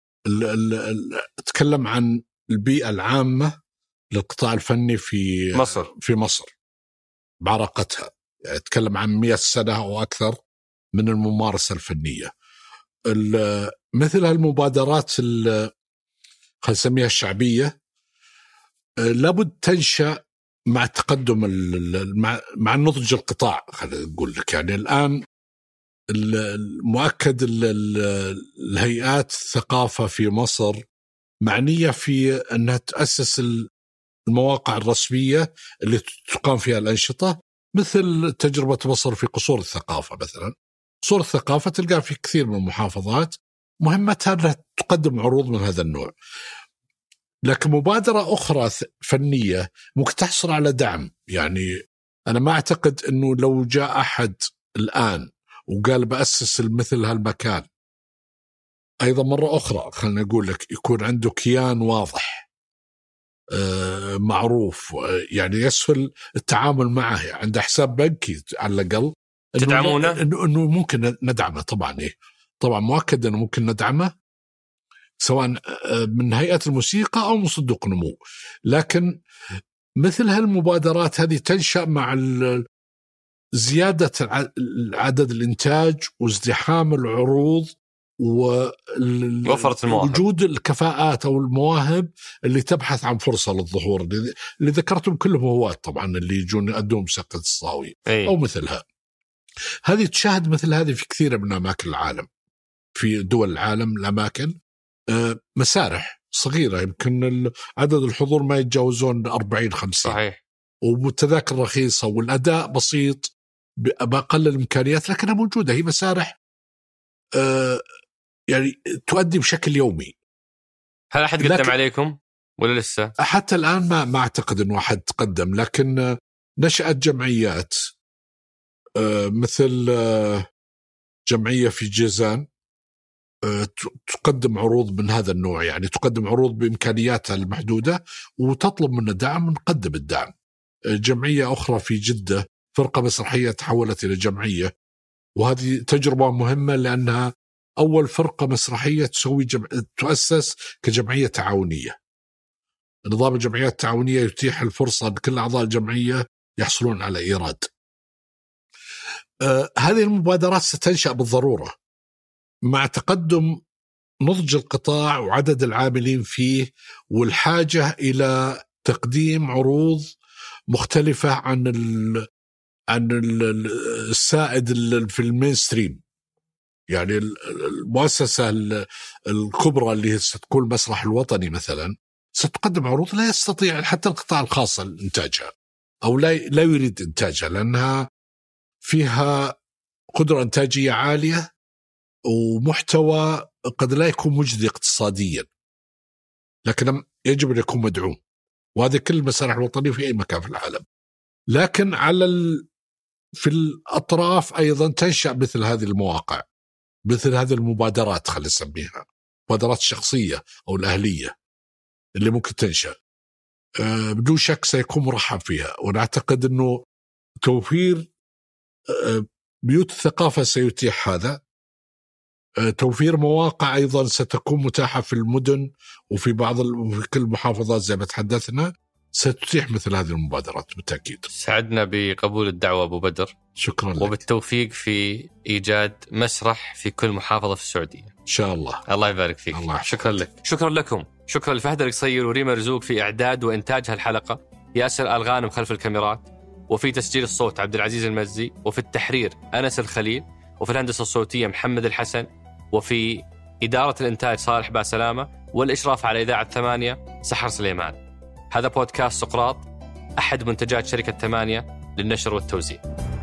أتكلم عن البيئة العامة للقطاع الفني في مصر بعرقتها. يعني أتكلم عن 100 سنة أو أكثر من الممارسة الفنية. مثل هالمبادرات خلينا نسميها الشعبية لابد تنشأ مع تقدم مع نضج القطاع. خلينا نقول لك يعني الآن المؤكد الهيئات الثقافة في مصر معنية في أنها تأسس المواقع الرسمية اللي تقام فيها الأنشطة، مثل تجربة مصر في قصور الثقافة مثلا. قصور الثقافة تلقى في كثير من المحافظات مهمتها أنها تقدم عروض من هذا النوع. لكن مبادرة أخرى فنية ممكن تحصل على دعم. يعني أنا ما أعتقد أنه لو جاء أحد الآن وقال بأسس مثل هالمكان، أيضا مرة أخرى خلنا نقول لك يكون عنده كيان واضح معروف، يعني يسهل التعامل معه، عنده حساب بنكي على الأقل. تدعمونه؟ إنه ممكن ندعمه طبعا. طبعا مؤكد أنه ممكن ندعمه سواء من هيئة الموسيقى أو من صندوق نمو. لكن مثل هالمبادرات هذه تنشأ مع زيادة عدد الإنتاج وازدحام العروض ووجود الكفاءات أو المواهب اللي تبحث عن فرصة للظهور، اللي ذكرتهم كلهم هواة طبعا اللي يجون يقدمون مسقط الصاوي أو مثلها. هذه تشاهد مثل هذه في كثير من أماكن العالم، في دول العالم الأماكن مسارح صغيرة يمكن عدد الحضور ما يتجاوزون 40-50. صحيح. والتذاكر رخيصة والأداء بسيط بأقل الإمكانيات، لكنها موجودة. هي مسارح يعني تؤدي بشكل يومي. هل أحد قدم عليكم ولا لسه؟ حتى الآن ما أعتقد أنه أحد تقدم، لكن نشأت جمعيات مثل جمعية في جيزان تقدم عروض من هذا النوع، يعني تقدم عروض بإمكانياتها المحدودة وتطلب منا دعم، نقدم الدعم. جمعية أخرى في جدة فرقة مسرحية تحولت إلى جمعية، وهذه تجربة مهمة لأنها أول فرقة مسرحية تؤسس كجمعية تعاونية. نظام الجمعيات التعاونية يتيح الفرصة لكل أعضاء الجمعية يحصلون على إيراد. هذه المبادرات ستنشأ بالضرورة مع تقدم نضج القطاع وعدد العاملين فيه والحاجة إلى تقديم عروض مختلفة عن السائد في المينستريم. يعني المؤسسة الكبرى اللي ستكون المسرح الوطني مثلا ستقدم عروض لا يستطيع حتى القطاع الخاص إنتاجها أو لا يريد إنتاجها، لأنها فيها قدرة إنتاجية عالية ومحتوى قد لا يكون مجدي اقتصاديا، لكن يجب أن يكون مدعوم. وهذا كل المسارح الوطنية في أي مكان في العالم. لكن في الأطراف أيضا تنشأ مثل هذه المواقع، مثل هذه المبادرات، خلينا نسميها مبادرات الشخصية أو الأهلية اللي ممكن تنشأ. بدون شك سيكون مرحب فيها. ونعتقد أنه توفير بيوت الثقافة سيتيح هذا. توفير مواقع أيضا ستكون متاحة في المدن وفي في كل المحافظات زي ما تحدثنا، ستتيح مثل هذه المبادرات بالتأكيد. سعدنا بقبول الدعوة أبو بدر. شكرا لك. وبالتوفيق في إيجاد مسرح في كل محافظة في السعودية إن شاء الله. الله يبارك فيك. الله. شكرا لك. شكرا لكم. شكرا لفهد القصير وريما رزوق في إعداد وإنتاج هالحلقة، ياسر الغانم خلف الكاميرات، وفي تسجيل الصوت عبد العزيز المزي، وفي التحرير أنس الخليل، وفي الهندسة الصوتية محمد الحسن، وفي إدارة الإنتاج صالح باسلامة، والإشراف على إذاعة 8 سحر سليمان. هذا بودكاست سقراط، أحد منتجات شركة 8 للنشر والتوزيع.